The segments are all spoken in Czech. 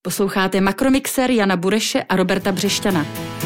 Posloucháte Makromixer Jana Bureše a Roberta Břešťana.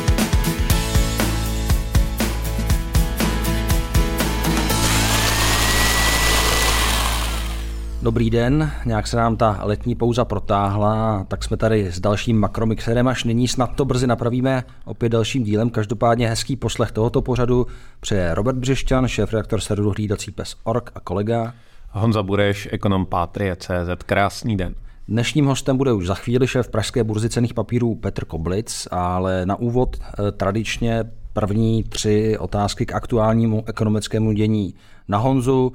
Dobrý den, nějak se nám ta letní pauza protáhla, tak jsme tady s dalším Makromixerem, až nyní snad to brzy napravíme opět dalším dílem. Každopádně hezký poslech tohoto pořadu přeje Robert Břešťan, šéfredaktor serveru Hlídací pes.org a kolega Honza Bureš, ekonom Patrie.cz. Krásný den. Dnešním hostem bude už za chvíli šéf pražské burzy cenných papírů Petr Koblic, ale na úvod tradičně první 3 otázky k aktuálnímu ekonomickému dění na Honzu.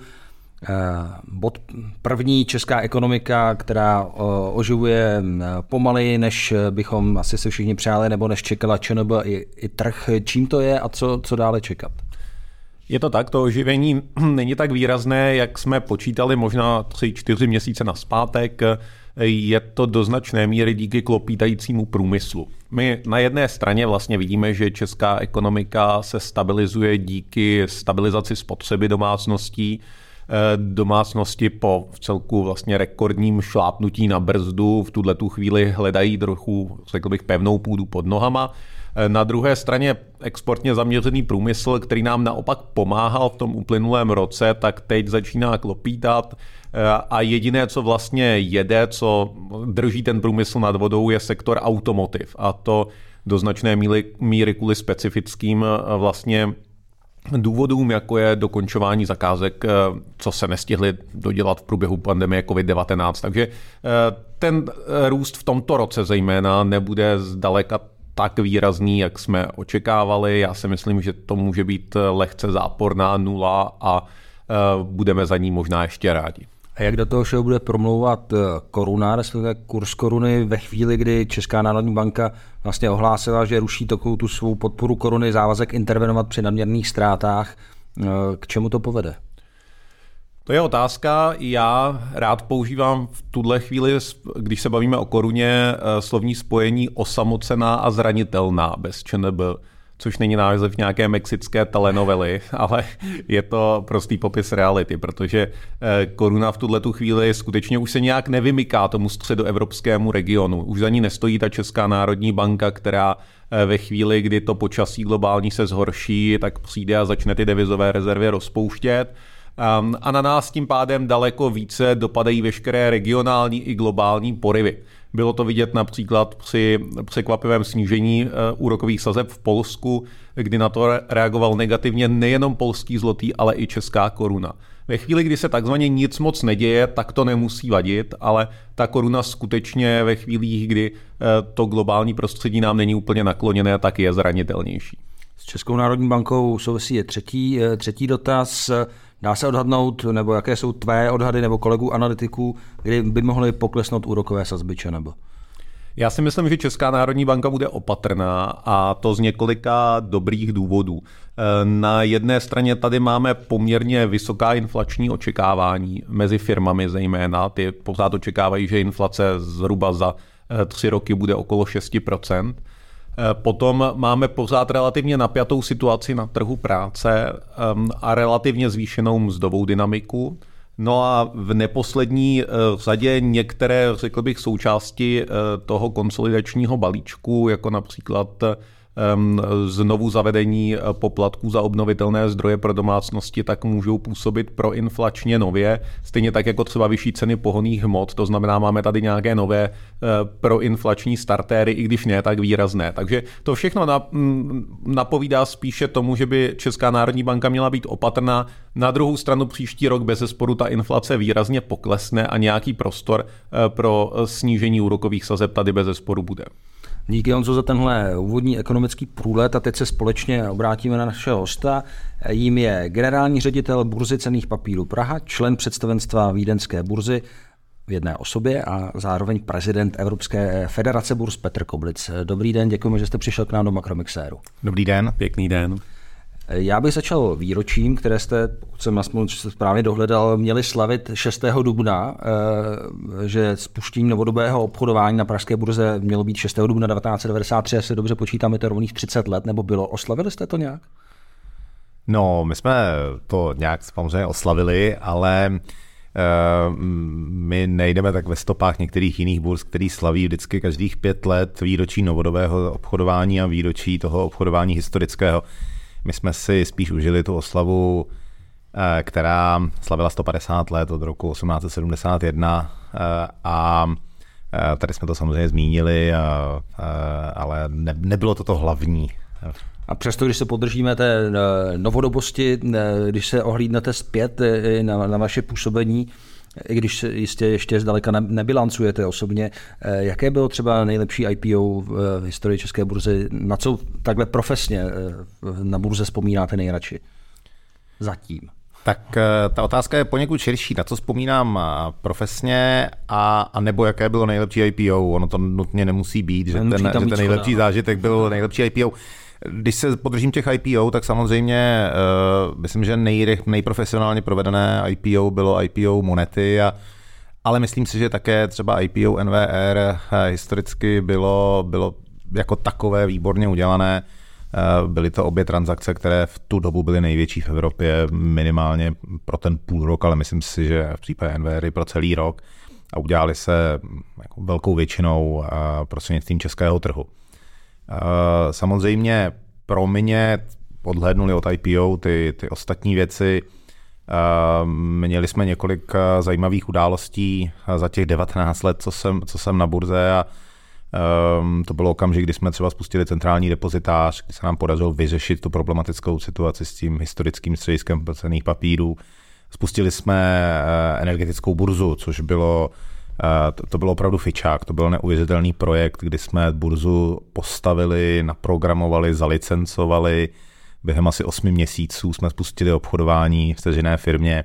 Bod první, česká ekonomika, která oživuje pomaleji, než bychom asi si všichni přáli, nebo než čekala ČNB i trh. Čím to je a co dále čekat? Je to tak, to oživení není tak výrazné, jak jsme počítali možná 3-4 měsíce nazpátek. Je to do značné míry díky klopítajícímu průmyslu. My na jedné straně vlastně vidíme, že česká ekonomika se stabilizuje díky stabilizaci spotřeby domácností. Domácnosti po vcelku vlastně rekordním šlápnutí na brzdu v tuhletu chvíli hledají trochu, řekl bych, pevnou půdu pod nohama. Na druhé straně exportně zaměřený průmysl, který nám naopak pomáhal v tom uplynulém roce, tak teď začíná klopítat a jediné, co vlastně jede, co drží ten průmysl nad vodou, je sektor automotiv, a to do značné míry kvůli specifickým vlastně důvodům, jako je dokončování zakázek, co se nestihli dodělat v průběhu pandemie COVID-19. Takže ten růst v tomto roce zejména nebude zdaleka tak výrazný, jak jsme očekávali. Já si myslím, že to může být lehce záporná nula a budeme za ní možná ještě rádi. A jak do toho všeho bude promlouvat koruna, respektive kurz koruny ve chvíli, kdy Česká národní banka vlastně ohlásila, že ruší takovou tu svou podporu koruny, závazek intervenovat při nadměrných ztrátách. K čemu to povede? To je otázka. Já rád používám v tuhle chvíli, když se bavíme o koruně, slovní spojení osamocená a zranitelná bez ČNB, což není název nějaké mexické telenovely, ale je to prostý popis reality, protože koruna v tuhletu chvíli skutečně už se nějak nevymyká tomu středoevropskému regionu. Už za ní nestojí ta Česká národní banka, která ve chvíli, kdy to počasí globální se zhorší, tak přijde a začne ty devizové rezervy rozpouštět. A na nás tím pádem daleko více dopadají veškeré regionální i globální porivy. Bylo to vidět například při překvapivém snížení úrokových sazeb v Polsku, kdy na to reagoval negativně nejenom polský zlotý, ale i česká koruna. Ve chvíli, kdy se takzvaně nic moc neděje, tak to nemusí vadit, ale ta koruna skutečně ve chvílích, kdy to globální prostředí nám není úplně nakloněné, tak je zranitelnější. S Českou národní bankou souvisí je třetí dotaz. Dá se odhadnout, nebo jaké jsou tvé odhady nebo kolegů analytiků, kdy by mohly poklesnout úrokové sazby ČNB? Já si myslím, že Česká národní banka bude opatrná, a to z několika dobrých důvodů. Na jedné straně tady máme poměrně vysoká inflační očekávání mezi firmami zejména. Ty pořád očekávají, že inflace zhruba za 3 roky bude okolo 6%. Potom máme pořád relativně napjatou situaci na trhu práce a relativně zvýšenou mzdovou dynamiku. No a v neposlední řadě některé, řekl bych, součásti toho konsolidačního balíčku, jako například znovu zavedení poplatků za obnovitelné zdroje pro domácnosti, tak můžou působit proinflačně nově, stejně tak jako třeba vyšší ceny pohonných hmot, to znamená, máme tady nějaké nové proinflační startéry, i když ne tak výrazné. Takže to všechno napovídá spíše tomu, že by Česká národní banka měla být opatrná. Na druhou stranu příští rok bezesporu ta inflace výrazně poklesne a nějaký prostor pro snížení úrokových sazeb tady bezesporu bude. Díky, Honzo, za tenhle úvodní ekonomický průlet, a teď se společně obrátíme na našeho hosta. Jím je generální ředitel burzy cenných papírů Praha, člen představenstva Vídeňské burzy v jedné osobě a zároveň prezident Evropské federace burz Petr Koblic. Dobrý den, děkujeme, že jste přišel k nám do Makromixéru. Dobrý den. Pěkný den. Já bych začal výročím, které jste, pokud jsem aspoň správně dohledal, měli slavit 6. dubna, že spuštění novodobého obchodování na pražské burze mělo být 6. dubna 1993, jestli dobře počítáme, to rovných 30 let, nebo bylo. Oslavili jste to nějak? No, my jsme to nějak samozřejmě oslavili, ale My nejdeme tak ve stopách některých jiných burz, který slaví vždycky každých 5 let výročí novodobého obchodování a výročí toho obchodování historického. My jsme si spíš užili tu oslavu, která slavila 150 let od roku 1871 a tady jsme to samozřejmě zmínili, ale nebylo to hlavní. A přesto, když se podržíme té novodobosti, když se ohlídnete zpět na vaše působení, i když jistě ještě zdaleka nebilancujete osobně, jaké bylo třeba nejlepší IPO v historii české burzy? Na co takhle profesně na burze vzpomínáte nejradši? Zatím. Tak ta otázka je poněkud širší. Na co vzpomínám profesně a nebo jaké bylo nejlepší IPO? Ono to nutně nemusí být, že ten nejlepší zážitek byl nejlepší IPO. Když se podržím těch IPO, tak samozřejmě myslím, že nejprofesionálně provedené IPO bylo IPO Monety, ale myslím si, že také třeba IPO NVR historicky bylo jako takové výborně udělané. Byly to obě transakce, které v tu dobu byly největší v Evropě, minimálně pro ten půl rok, ale myslím si, že v případě NVR pro celý rok a udělali se jako velkou většinou prostřednictvím českého trhu. Samozřejmě pro mě odhlédnuli od IPO ty ostatní věci. Měli jsme několik zajímavých událostí za těch 19 let, co jsem na burze a to bylo okamžik, kdy jsme třeba spustili centrální depozitář, kdy se nám podařilo vyřešit tu problematickou situaci s tím historickým střediskem cenných papírů. Spustili jsme energetickou burzu, což bylo to bylo opravdu fičák, to byl neuvěřitelný projekt, kdy jsme burzu postavili, naprogramovali, zalicencovali. Během asi 8 měsíců jsme spustili obchodování v dceřiné firmě.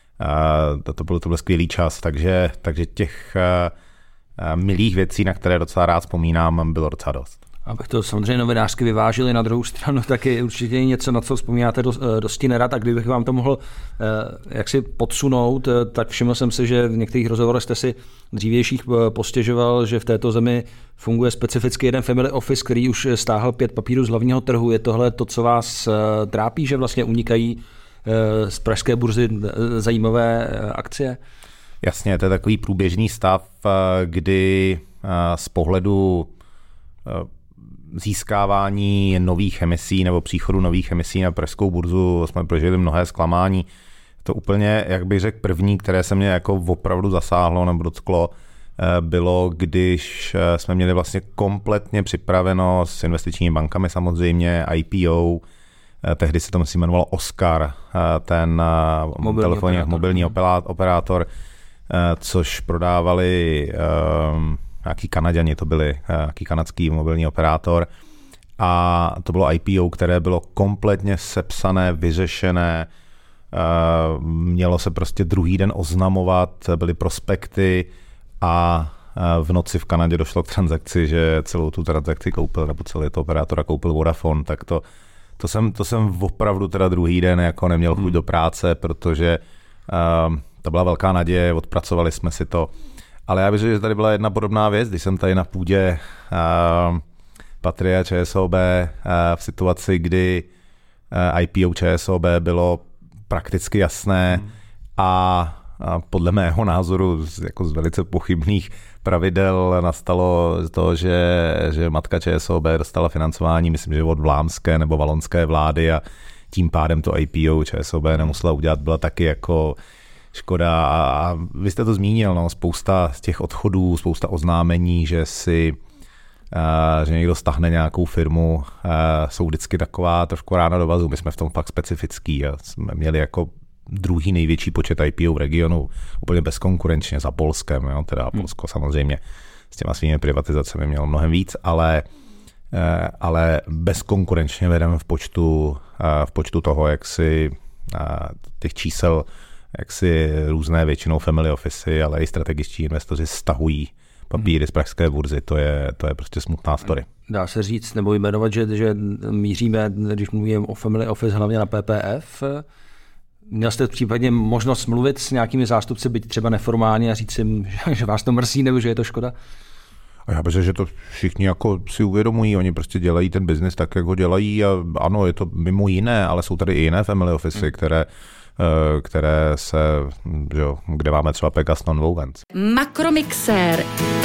To byl skvělý čas, takže těch milých věcí, na které docela rád vzpomínám, bylo docela dost. Abych to samozřejmě novinářsky vyvážili na druhou stranu, tak je určitě něco, na co vzpomínáte dosti nerad. A kdybych vám to mohl jaksi podsunout, tak všiml jsem si, že v některých rozhovorech jste si dřívějších postěžoval, že v této zemi funguje specificky jeden family office, který už stáhl 5 papírů z hlavního trhu. Je tohle to, co vás trápí, že vlastně unikají z pražské burzy zajímavé akcie? Jasně, to je takový průběžný stav, kdy z pohledu získávání nových emisí nebo příchodu nových emisí na pražskou burzu jsme prožili mnohé zklamání. To úplně, jak bych řekl, první, které se mě jako opravdu zasáhlo nebo dotklo, bylo, když jsme měli vlastně kompletně připraveno s investičními bankami samozřejmě IPO, tehdy se to myslím jmenovalo Oscar, ten mobilní operátor, což prodávali nějaký Kanaďani, to byli nějaký kanadský mobilní operátor a to bylo IPO, které bylo kompletně sepsané, vyřešené, mělo se prostě druhý den oznamovat, byly prospekty a v noci v Kanadě došlo k transakci, že celou tu transakci koupil, nebo celý to operátora koupil Vodafone, tak to jsem opravdu teda druhý den jako neměl chuť do práce, protože to byla velká naděje, odpracovali jsme si to. Ale já bych řekl, že tady byla jedna podobná věc, když jsem tady na půdě Patria ČSOB v situaci, kdy IPO ČSOB bylo prakticky jasné a podle mého názoru jako z velice pochybných pravidel nastalo to, že matka ČSOB dostala financování, myslím, že od vlámské nebo valonské vlády a tím pádem to IPO ČSOB nemusela udělat, byla taky jako škoda a vy jste to zmínil, no, spousta z těch odchodů, spousta oznámení, že někdo stáhne nějakou firmu, jsou vždycky taková trošku rána do vazu. My jsme v tom fakt specifický a jsme měli jako druhý největší počet IPO v regionu, úplně bezkonkurenčně za Polskem, jo, teda Polsko samozřejmě s těma svými privatizacemi mělo mnohem víc, ale bezkonkurenčně vedeme v počtu toho, jak si těch čísel, jak si různé většinou family office, ale i strategičtí investoři stahují papíry z pražské burzy. To je prostě smutná story. Dá se říct nebo jmenovat, že míříme, když mluvíme o family office, hlavně na PPF. Měl jste případně možnost mluvit s nějakými zástupci, byť třeba neformálně a říct jim, že vás to mrzí nebo že je to škoda? A já bych řekl, že to všichni jako si uvědomují, oni prostě dělají ten biznis tak, jak ho dělají a ano, je to mimo jiné, ale jsou tady i jiné family office, které kde máme třeba Pegas Nonwovens. Makromixér.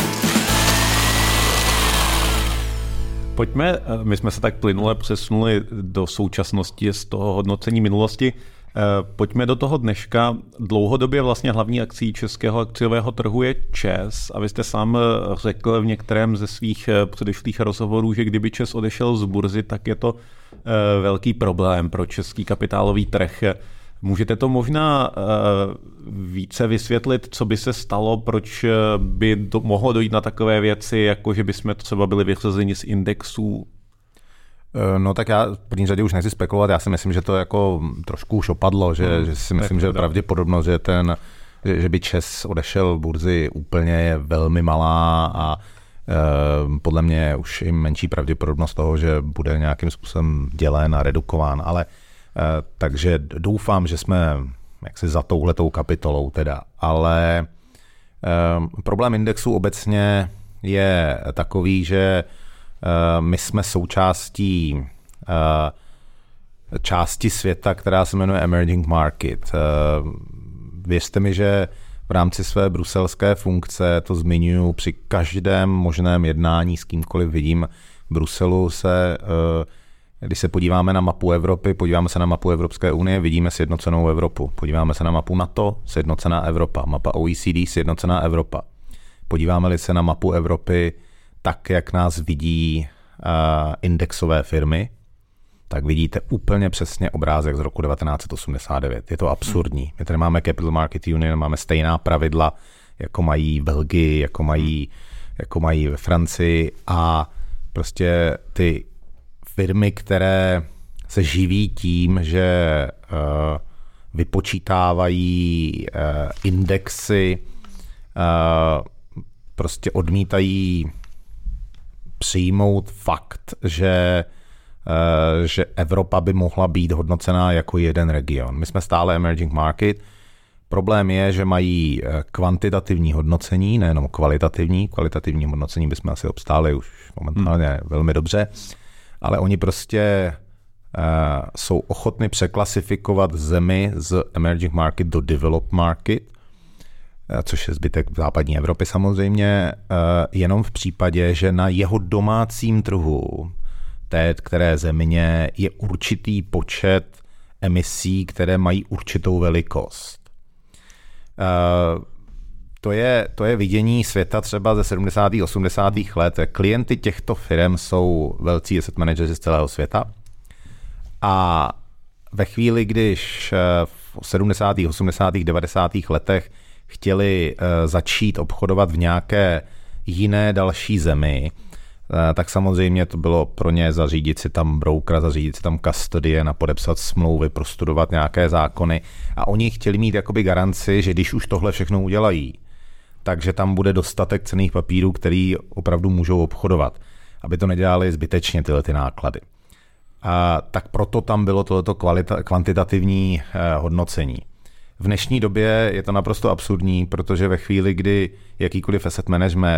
Pojďme, my jsme se tak plynule přesunuli do současnosti z toho hodnocení minulosti. Pojďme do toho dneška. Dlouhodobě vlastně hlavní akcí českého akciového trhu je ČEZ a vy jste sám řekl v některém ze svých předešlých rozhovorů, že kdyby ČEZ odešel z burzy, tak je to velký problém pro český kapitálový trh. Můžete to možná více vysvětlit, co by se stalo, proč by mohlo dojít na takové věci, jako že bychom třeba byli vyřazeni z indexů? No tak já v první řadě už nechci spekulovat, já si myslím, že to jako trošku už opadlo, že si myslím, že pravděpodobnost, že by ČEZ odešel burzy úplně je velmi malá a podle mě už i menší pravděpodobnost toho, že bude nějakým způsobem dělen a redukován, ale takže doufám, že jsme jaksi za touhletou kapitolou teda, ale problém indexu obecně je takový, že my jsme součástí části světa, která se jmenuje Emerging Market. Věřte mi, že v rámci své bruselské funkce to zmiňuji při každém možném jednání s kýmkoliv vidím. V Bruselu když se podíváme na mapu Evropy, podíváme se na mapu Evropské unie, vidíme sjednocenou Evropu. Podíváme se na mapu NATO, sjednocená Evropa. Mapa OECD, sjednocená Evropa. Podíváme-li se na mapu Evropy tak, jak nás vidí indexové firmy, tak vidíte úplně přesně obrázek z roku 1989. Je to absurdní. My tady máme Capital Market Union, máme stejná pravidla, jako mají v Belgii, jako mají ve Francii a prostě ty firmy, které se živí tím, že vypočítávají indexy, prostě odmítají přijmout fakt, že Evropa by mohla být hodnocená jako jeden region. My jsme stále emerging market. Problém je, že mají kvantitativní hodnocení, nejenom kvalitativní. Kvalitativní hodnocení bychom asi obstáli už momentálně velmi dobře, ale oni prostě jsou ochotni překlasifikovat zemi z emerging market do developed market, což je zbytek západní Evropy samozřejmě, jenom v případě, že na jeho domácím trhu té které země je určitý počet emisí, které mají určitou velikost. To je vidění světa třeba ze 70. 80. let. Klienty těchto firm jsou velcí asset managers z celého světa a ve chvíli, když v 70., 80., 90. letech chtěli začít obchodovat v nějaké jiné další zemi, tak samozřejmě to bylo pro ně zařídit si tam brokera, zařídit si tam custodian a podepsat smlouvy, prostudovat nějaké zákony a oni chtěli mít jakoby garanci, že když už tohle všechno udělají, takže tam bude dostatek cenných papírů, který opravdu můžou obchodovat, aby to nedělali zbytečně tyhle ty náklady. A tak proto tam bylo tohleto kvantitativní hodnocení. V dnešní době je to naprosto absurdní, protože ve chvíli, kdy jakýkoliv asset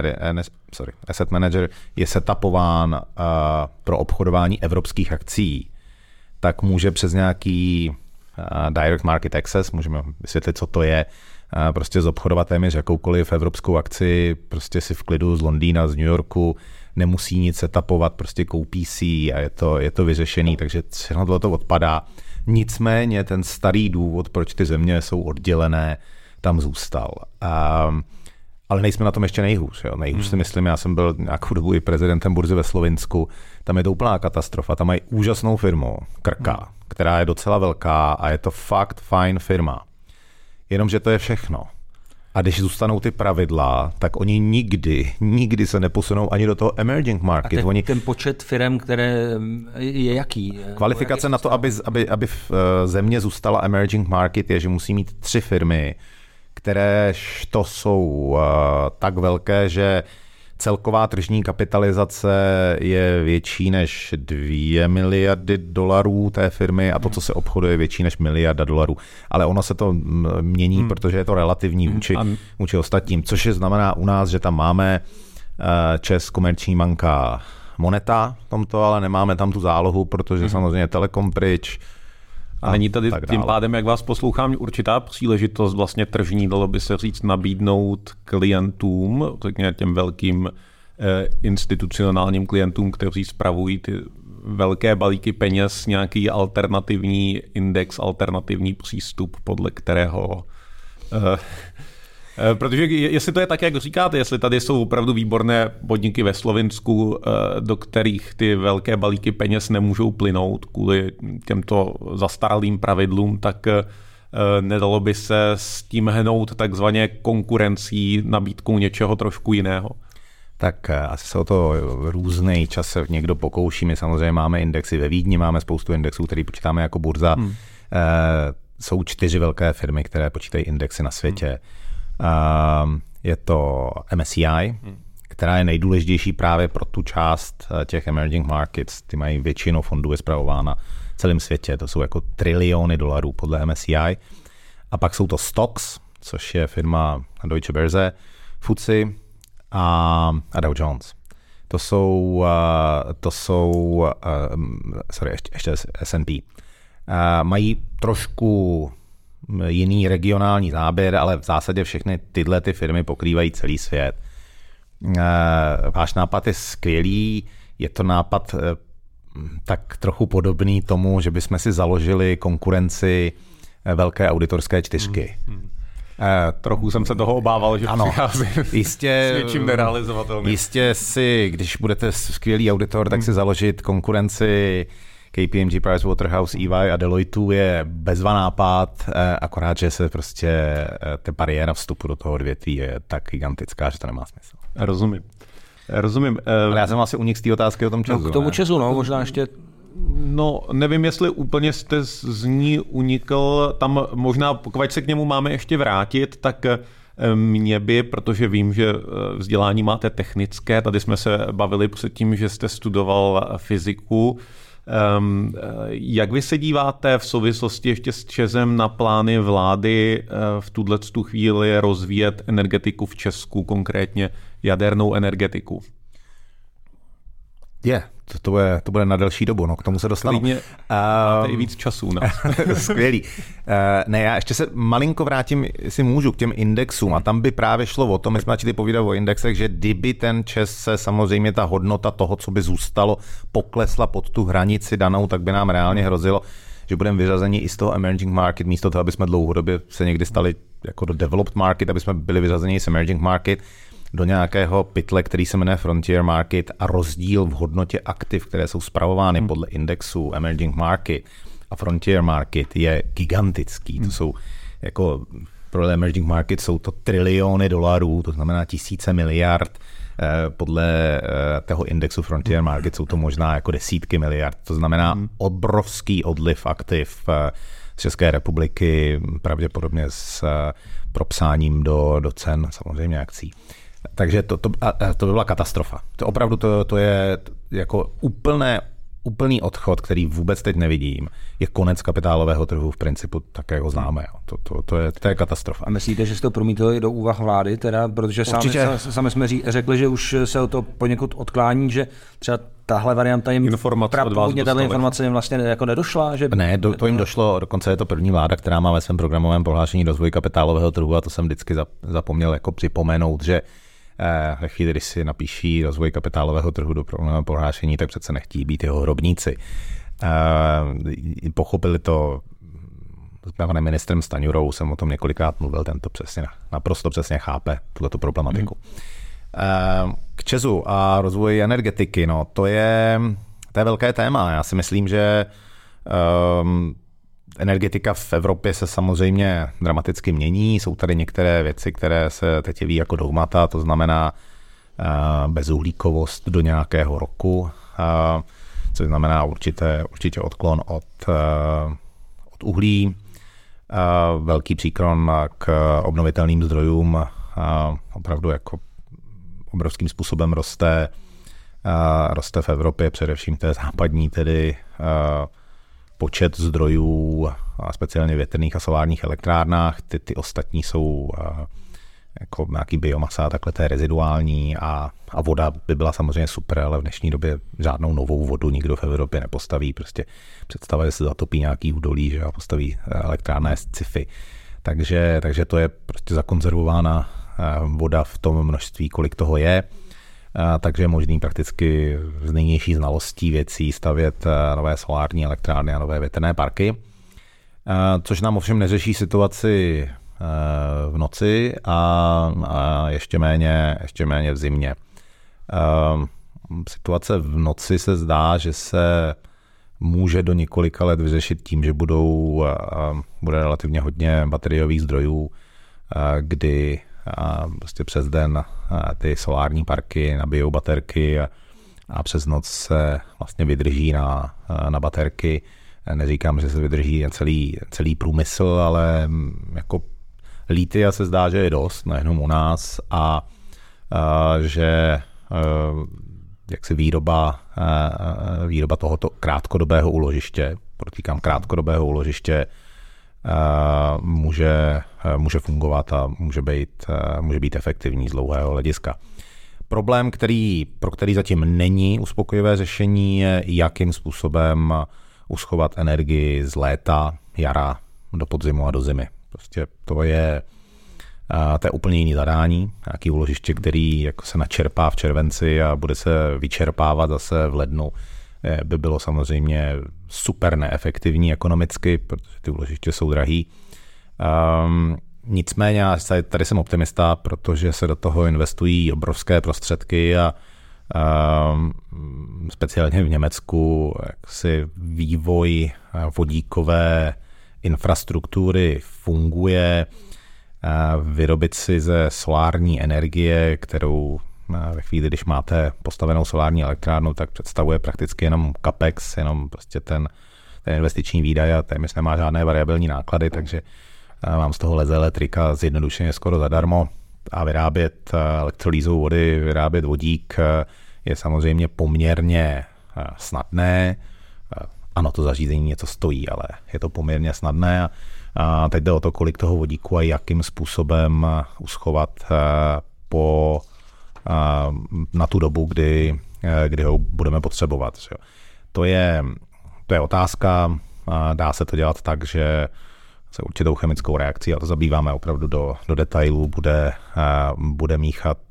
manager je setapován pro obchodování evropských akcí, tak může přes nějaký direct market access, můžeme vysvětlit, co to je, prostě zobchodovat téměř jakoukoliv evropskou akci, prostě si v klidu z Londýna, z New Yorku, nemusí nic setapovat, prostě koupí si a je to vyřešený, takže všechno tohle odpadá. Nicméně ten starý důvod, proč ty země jsou oddělené, tam zůstal. Ale nejsme na tom ještě nejhůř. Jo. Nejhůř si myslím, já jsem byl nějakou dobu i prezidentem burzy ve Slovinsku, tam je to úplná katastrofa, tam mají úžasnou firmu, Krka, která je docela velká a je to fakt fajn firma. Jenomže to je všechno. A když zůstanou ty pravidla, tak oni nikdy se neposunou ani do toho emerging market. A ten počet firm, které je jaký? Kvalifikace na to, aby v země zůstala emerging market, je, že musí mít 3 firmy, které to jsou tak velké, že celková tržní kapitalizace je větší než 2 miliardy dolarů té firmy a to, co se obchoduje, je větší než 1 miliarda dolarů. Ale ono se to mění, protože je to relativní vůči ostatním, což je znamená u nás, že tam máme ČEZ, Komerční banka, Moneta v tomto, ale nemáme tam tu zálohu, protože samozřejmě Telekom pryč, A není tady tím pádem, jak vás poslouchám, určitá příležitost vlastně tržní, dalo by se říct, nabídnout klientům, řekněme těm velkým institucionálním klientům, kteří spravují ty velké balíky peněz, nějaký alternativní index, alternativní přístup, podle kterého... Protože jestli to je tak, jak říkáte, jestli tady jsou opravdu výborné podniky ve Slovinsku, do kterých ty velké balíky peněz nemůžou plynout kvůli těmto zastaralým pravidlům, tak nedalo by se s tím hnout takzvaně konkurencí, nabídkou něčeho trošku jiného? Tak asi se o to různý čas někdo pokouší. My samozřejmě máme indexy ve Vídni, máme spoustu indexů, který počítáme jako burza. Jsou 4 velké firmy, které počítají indexy na světě. Je to MSCI, která je nejdůležitější právě pro tu část těch emerging markets. Ty mají většinu fondů je spravována v celém světě. To jsou jako triliony dolarů podle MSCI. A pak jsou to Stocks, což ještě Börse, FTSE a Dow Jones. Ještě S&P. Mají trošku jiný regionální záběr, ale v zásadě všechny tyhle ty firmy pokrývají celý svět. Váš nápad je skvělý, je to nápad tak trochu podobný tomu, že bychom si založili konkurenci velké auditorské čtyřky. Trochu jsem se toho obával, že jistě, s něčím nerealizovatelným. Jistě si, když budete skvělý auditor, tak si založit konkurenci KPMG, Pricewaterhouse, EY a Deloitte je bezva nápad, akorát, že se prostě ta bariéra vstupu do toho odvětví je tak gigantická, že to nemá smysl. Rozumím. Ale já jsem asi unik z té otázky o tom ČEZu. No, k tomu ČEZu, možná ještě... No, nevím, jestli úplně jste z ní unikl, tam možná, pokud se k němu máme ještě vrátit, tak mě by, protože vím, že vzdělání máte technické, tady jsme se bavili předtím, že jste studoval fyziku. Jak vy se díváte v souvislosti ještě s ČEZem na plány vlády v tuto chvíli rozvíjet energetiku v Česku, konkrétně jadernou energetiku? To bude na delší dobu, no, k tomu se dostanu. Máte i víc času. No. Skvělý. Já ještě se malinko vrátím, jestli můžu, k těm indexům a tam by právě šlo o to, my jsme začali povídat o indexech, že kdyby ten ČEZ se samozřejmě ta hodnota toho, co by zůstalo, poklesla pod tu hranici danou, tak by nám reálně hrozilo, že budeme vyřazeni i z toho emerging market, místo toho, aby jsme dlouhodobě se někdy stali jako do developed market, aby jsme byli vyřazeni z emerging market do nějakého pytle, který se jmenuje Frontier Market a rozdíl v hodnotě aktiv, které jsou spravovány podle indexu Emerging Market a Frontier Market je gigantický. To jsou jako pro Emerging Market jsou to triliony dolarů, to znamená tisíce miliard. Podle toho indexu Frontier Market jsou to možná jako desítky miliard. To znamená obrovský odliv aktiv z České republiky, pravděpodobně s propsáním do cen samozřejmě akcí. Takže to by byla katastrofa. To opravdu to je jako úplný odchod, který vůbec teď nevidím. Je konec kapitálového trhu v principu, tak jak ho známe. To je katastrofa. A myslíte, že jste to promítli i do úvah vlády? Teda, protože sami jsme řekli, že už se o to poněkud odklání, že třeba tahle varianta jim informace jim vlastně jako nedošla? Že... Ne, to jim došlo, dokonce je to první vláda, která má ve svém programovém prohlášení rozvoj kapitálového trhu a to jsem vždycky zapomněl jako připomenout, že ve chvíli, když si napíší rozvoj kapitálového trhu do programového prohlášení, tak přece nechtí být jeho hrobníci. Pochopili to s panem ministrem Staňurou, jsem o tom několikrát mluvil, ten to naprosto přesně chápe, tuto problematiku. K ČEZu a rozvoji energetiky, no, to je velké téma. Já si myslím, že energetika v Evropě se samozřejmě dramaticky mění. Jsou tady některé věci, které se teď jeví jako dogmata, to znamená bezuhlíkovost do nějakého roku, což znamená určitě odklon od uhlí, velký příklon k obnovitelným zdrojům, opravdu jako obrovským způsobem roste v Evropě, především té západní, tedy počet zdrojů, a speciálně větrných a solárních elektrárnách. Ty ostatní jsou jako nějaký biomasa, takhle to je reziduální a voda by byla samozřejmě super, ale v dnešní době žádnou novou vodu nikdo v Evropě nepostaví. Prostě představa, že se zatopí nějaký údolí, že a postaví elektrárna je sci-fi. Takže to je prostě zakonzervována voda v tom množství, kolik toho je. Takže je možný prakticky z nejnější znalostí věcí stavět nové solární elektrárny a nové větrné parky. Což nám ovšem neřeší situaci v noci a ještě méně v zimě. Situace v noci se zdá, že se může do několika let vyřešit tím, že bude relativně hodně bateriových zdrojů, kdy prostě přes den ty solární parky nabijou baterky a přes noc se vlastně vydrží na baterky. Neříkám, že se vydrží celý průmysl, ale jako lítia se zdá, že je dost, nejenom u nás a že jaksi výroba tohoto krátkodobého úložiště, protýkám krátkodobého úložiště, může fungovat a může být efektivní z dlouhého hlediska. Problém, pro který zatím není uspokojivé řešení, je, jakým způsobem uschovat energii z léta, jara do podzimu a do zimy. Prostě to je úplně jiný zadání, nějaký úložiště, který jako se načerpá v červenci a bude se vyčerpávat zase v lednu, by bylo samozřejmě super neefektivní ekonomicky, protože ty úložiště jsou drahý. Nicméně tady jsem optimista, protože se do toho investují obrovské prostředky a speciálně v Německu jaksi vývoj vodíkové infrastruktury funguje. Vyrobit si ze solární energie, kterou ve chvíli, když máte postavenou solární elektrárnu, tak představuje prakticky jenom capex, jenom prostě ten investiční výdaj a téměř nemá žádné variabilní náklady, takže vám z toho leze elektrika zjednodušeně skoro zadarmo a vyrábět elektrolýzou vody, vyrábět vodík je samozřejmě poměrně snadné. Ano, to zařízení něco stojí, ale je to poměrně snadné a teď jde o to, kolik toho vodíku a jakým způsobem uschovat na tu dobu, kdy ho budeme potřebovat. To je otázka, dá se to dělat tak, že se určitou chemickou reakcí, a to zabýváme opravdu do detailů, bude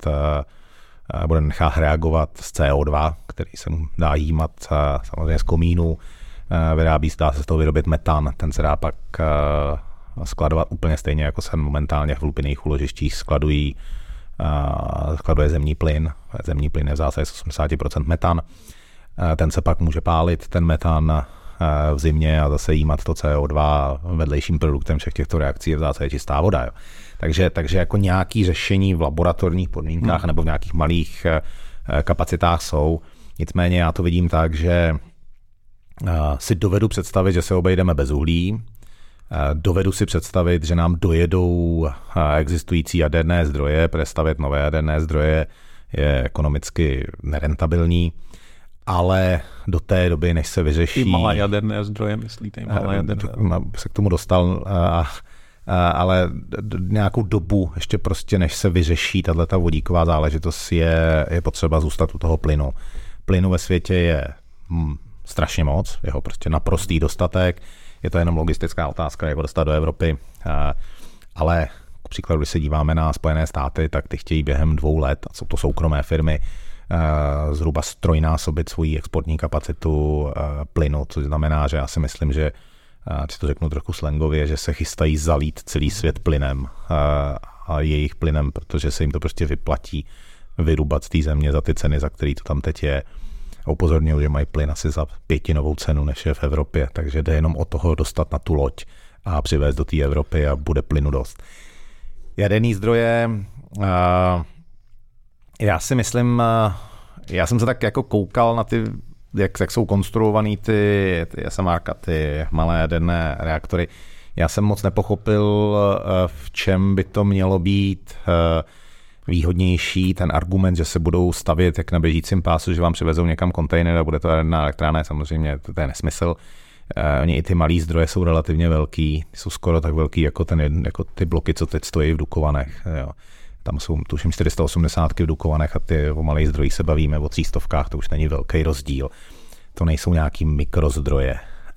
nechat reagovat s CO2, který se dá jímat samozřejmě z komínu, dá se z toho vyrobit metan, ten se dá pak skladovat úplně stejně, jako se momentálně v hlubinných úložištích skladuje zemní plyn. Zemní plyn je v zásadě 80% metan. Ten se pak může pálit, ten metan v zimě a zase jímat to CO2. Vedlejším produktem všech těchto reakcí je v zásadě čistá voda. Jo. Takže jako nějaké řešení v laboratorních podmínkách nebo v nějakých malých kapacitách jsou. Nicméně já to vidím tak, že si dovedu představit, že se obejdeme bez uhlí. Dovedu si představit, že nám dojedou existující jaderné zdroje, protože stavět nové jaderné zdroje je ekonomicky nerentabilní, ale do té doby, než se vyřeší... I malé jaderné zdroje, myslíte? Se k tomu dostal, ale nějakou dobu ještě prostě, než se vyřeší tato vodíková záležitost, je potřeba zůstat u toho plynu. Plynu ve světě je strašně moc, jeho prostě naprostý dostatek. Je to jenom logistická otázka, jak ho dostat do Evropy, ale k příkladu, když se díváme na Spojené státy, tak ty chtějí během 2 let, a jsou to soukromé firmy, zhruba strojnásobit svoji exportní kapacitu plynu, což znamená, že já si myslím, že, si to řeknu trochu slangově, že se chystají zalít celý svět plynem a jejich plynem, protože se jim to prostě vyplatí vyrubat z té země za ty ceny, za který to tam teď je. Upozorňuji, že mají plyn asi za 5x cenu, než je v Evropě, takže jde jenom o toho dostat na tu loď a přivést do té Evropy a bude plynu dost. Jaderný zdroje, já si myslím, já jsem se tak jako koukal na ty, jak jsou konstruovaný ty SMR, ty malé jaderné reaktory. Já jsem moc nepochopil, v čem by to mělo být výhodnější, ten argument, že se budou stavět jak na běžícím pásu, že vám přivezou někam kontejner a bude to jaderná elektrárna, samozřejmě to je nesmysl. Oni i ty malý zdroje jsou relativně velký, jsou skoro tak velký jako ty bloky, co teď stojí v Dukovanech. Jo. tam jsou tuším 480 v Dukovanech a ty o malých zdrojích se bavíme, o 300, to už není velký rozdíl. To nejsou nějaký mikrozdroje.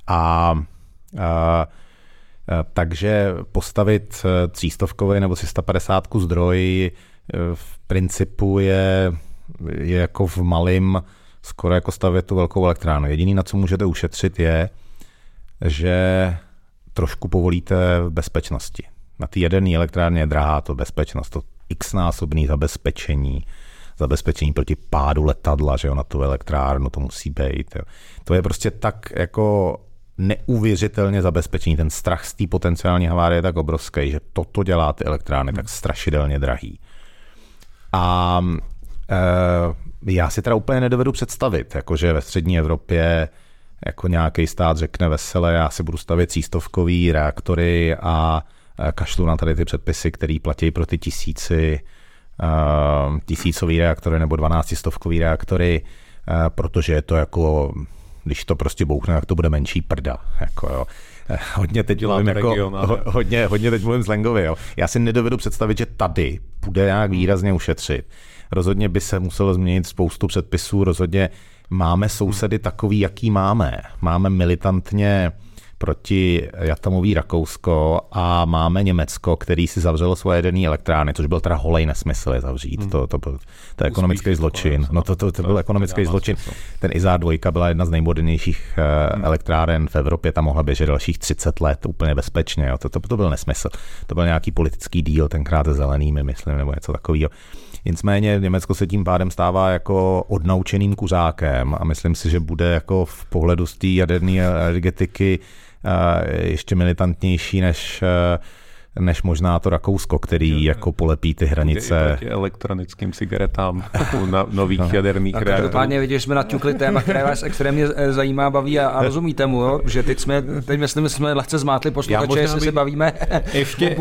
Takže postavit 300 nebo 350 zdroj v principu je jako v malým skoro jako stavět tu velkou elektrárnu. Jediný, na co můžete ušetřit, je, že trošku povolíte v bezpečnosti. Na té jaderné elektrárně je drahá to bezpečnost, to x-násobný zabezpečení proti pádu letadla, že jo, na tu elektrárnu to musí být. Jo. To je prostě tak jako neuvěřitelně zabezpečení. Ten strach z té potenciální havárie je tak obrovský, že toto dělá ty elektrárny tak strašidelně drahý. A já si teda úplně nedovedu představit, jakože ve střední Evropě jako nějaký stát řekne vesele, já si budu stavět 300 reaktory a kašlu na tady ty předpisy, které platí pro ty tisícový reaktory nebo 1200 reaktory, protože je to jako, když to prostě bouchne, tak to bude menší prda. Jako, jo. Hodně teď mluvím slangově. Jo. Já si nedovedu představit, že tady bude nějak výrazně ušetřit. Rozhodně by se muselo změnit spoustu předpisů, rozhodně máme sousedy takový, jaký máme. Máme militantně proti atomový Rakousko a máme Německo, který si zavřelo svoje jaderné elektrárny, což byl teda holej nesmysl je zavřít. To byl ekonomický zločin. No to byl ekonomický zločin. Ten Isar 2 byla jedna z nejmodernějších elektráren v Evropě, tam mohla běžet dalších 30 let úplně bezpečně. Jo. To byl nesmysl. To byl nějaký politický díl, tenkrát se zelenými, myslím, nebo něco takového. Nicméně Německo se tím pádem stává jako odnaučeným kuřákem a myslím si, že bude jako v pohledu z té jaderné energetiky ještě militantnější než možná to Rakousko, který jako polepí ty hranice. Proti elektronickým cigaretám na nových jaderných reaktorů. Každopádně vidíš, jsme naťukli téma, které vás extrémně zajímá, baví a rozumíte mu, jo? Že teď myslím, že jsme lehce zmátli posluchače, jestli se bavíme ještě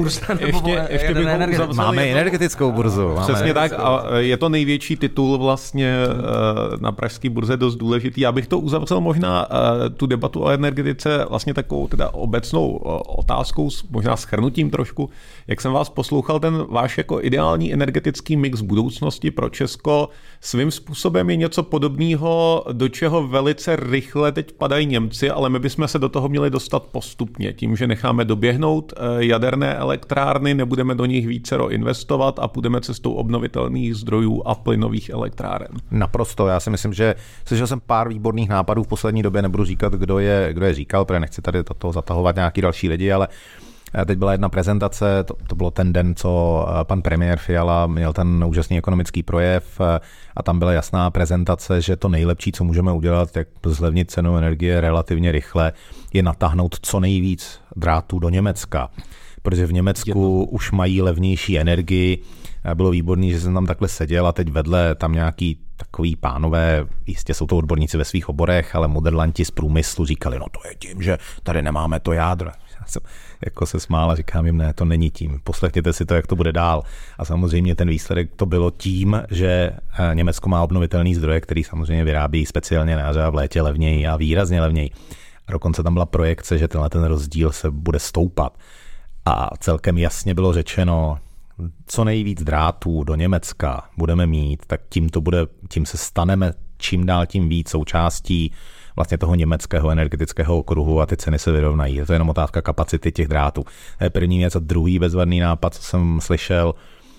máme energetickou burzu. Přesně tak a je to největší titul vlastně na pražské burze, dost důležitý. Já bych to uzavřel možná tu debatu o energetice vlastně takovou teda obecnou otázkou, možná shrnutím trošku. Jak jsem vás poslouchal, ten váš jako ideální energetický mix budoucnosti pro Česko svým způsobem je něco podobného, do čeho velice rychle teď padají Němci, ale my bychom se do toho měli dostat postupně. Tím, že necháme doběhnout jaderné elektrárny, nebudeme do nich vícero investovat a půjdeme cestou obnovitelných zdrojů a plynových elektráren. Naprosto. Já si myslím, že slyšel jsem pár výborných nápadů v poslední době, nebudu říkat, kdo je říkal, protože nechci tady toto zatahovat nějaký další lidi, ale teď byla jedna prezentace, to bylo ten den, co pan premiér Fiala měl ten úžasný ekonomický projev a tam byla jasná prezentace, že to nejlepší, co můžeme udělat, jak zlevnit cenu energie relativně rychle, je natáhnout co nejvíc drátů do Německa. Protože v Německu už mají levnější energii. Bylo výborný, že jsem tam takhle seděl a teď vedle tam nějaký takový pánové, jistě jsou to odborníci ve svých oborech, ale modellanti z průmyslu říkali, no to je tím, že tady nemáme to jádro. Já jsem jako se smál a říkám jim, ne, to není tím. Poslechněte si to, jak to bude dál. A samozřejmě ten výsledek to bylo tím, že Německo má obnovitelný zdroje, který samozřejmě vyrábí speciálně na jaře a v létě levněji a výrazně levněji. A dokonce tam byla projekce, že ten rozdíl se bude stoupat. A celkem jasně bylo řečeno, co nejvíc drátů do Německa budeme mít, tak tím se staneme čím dál tím víc součástí vlastně toho německého energetického okruhu a ty ceny se vyrovnají. Je to jenom otázka kapacity těch drátů. To je první věc a druhý bezvadný nápad, co jsem slyšel,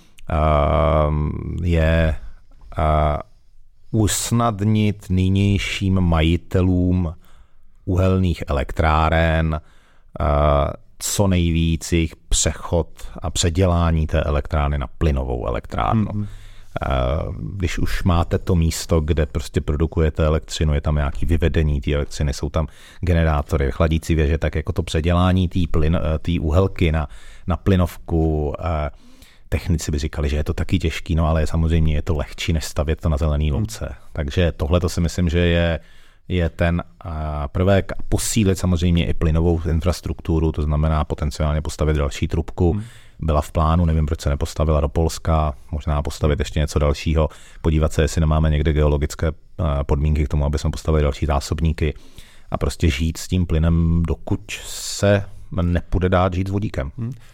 je usnadnit nynějším majitelům uhelných elektráren co nejvíc jejich přechod a předělání té elektrárny na plynovou elektrárnu. Když už máte to místo, kde prostě produkujete elektřinu, je tam nějaké vyvedení té elektřiny, jsou tam generátory, chladící věže, tak jako to předělání té uhelky na plynovku, technici by říkali, že je to taky těžký, no ale samozřejmě je to lehčí, než stavět to na zelený louce. Takže tohle to si myslím, že je ten prvek, posílit samozřejmě i plynovou infrastrukturu, to znamená potenciálně postavit další trubku. Byla v plánu, nevím, proč se nepostavila do Polska, možná postavit ještě něco dalšího, podívat se, jestli nemáme někde geologické podmínky k tomu, aby jsme postavili další zásobníky a prostě žít s tím plynem, dokud se nepůjde dát žít s vodíkem.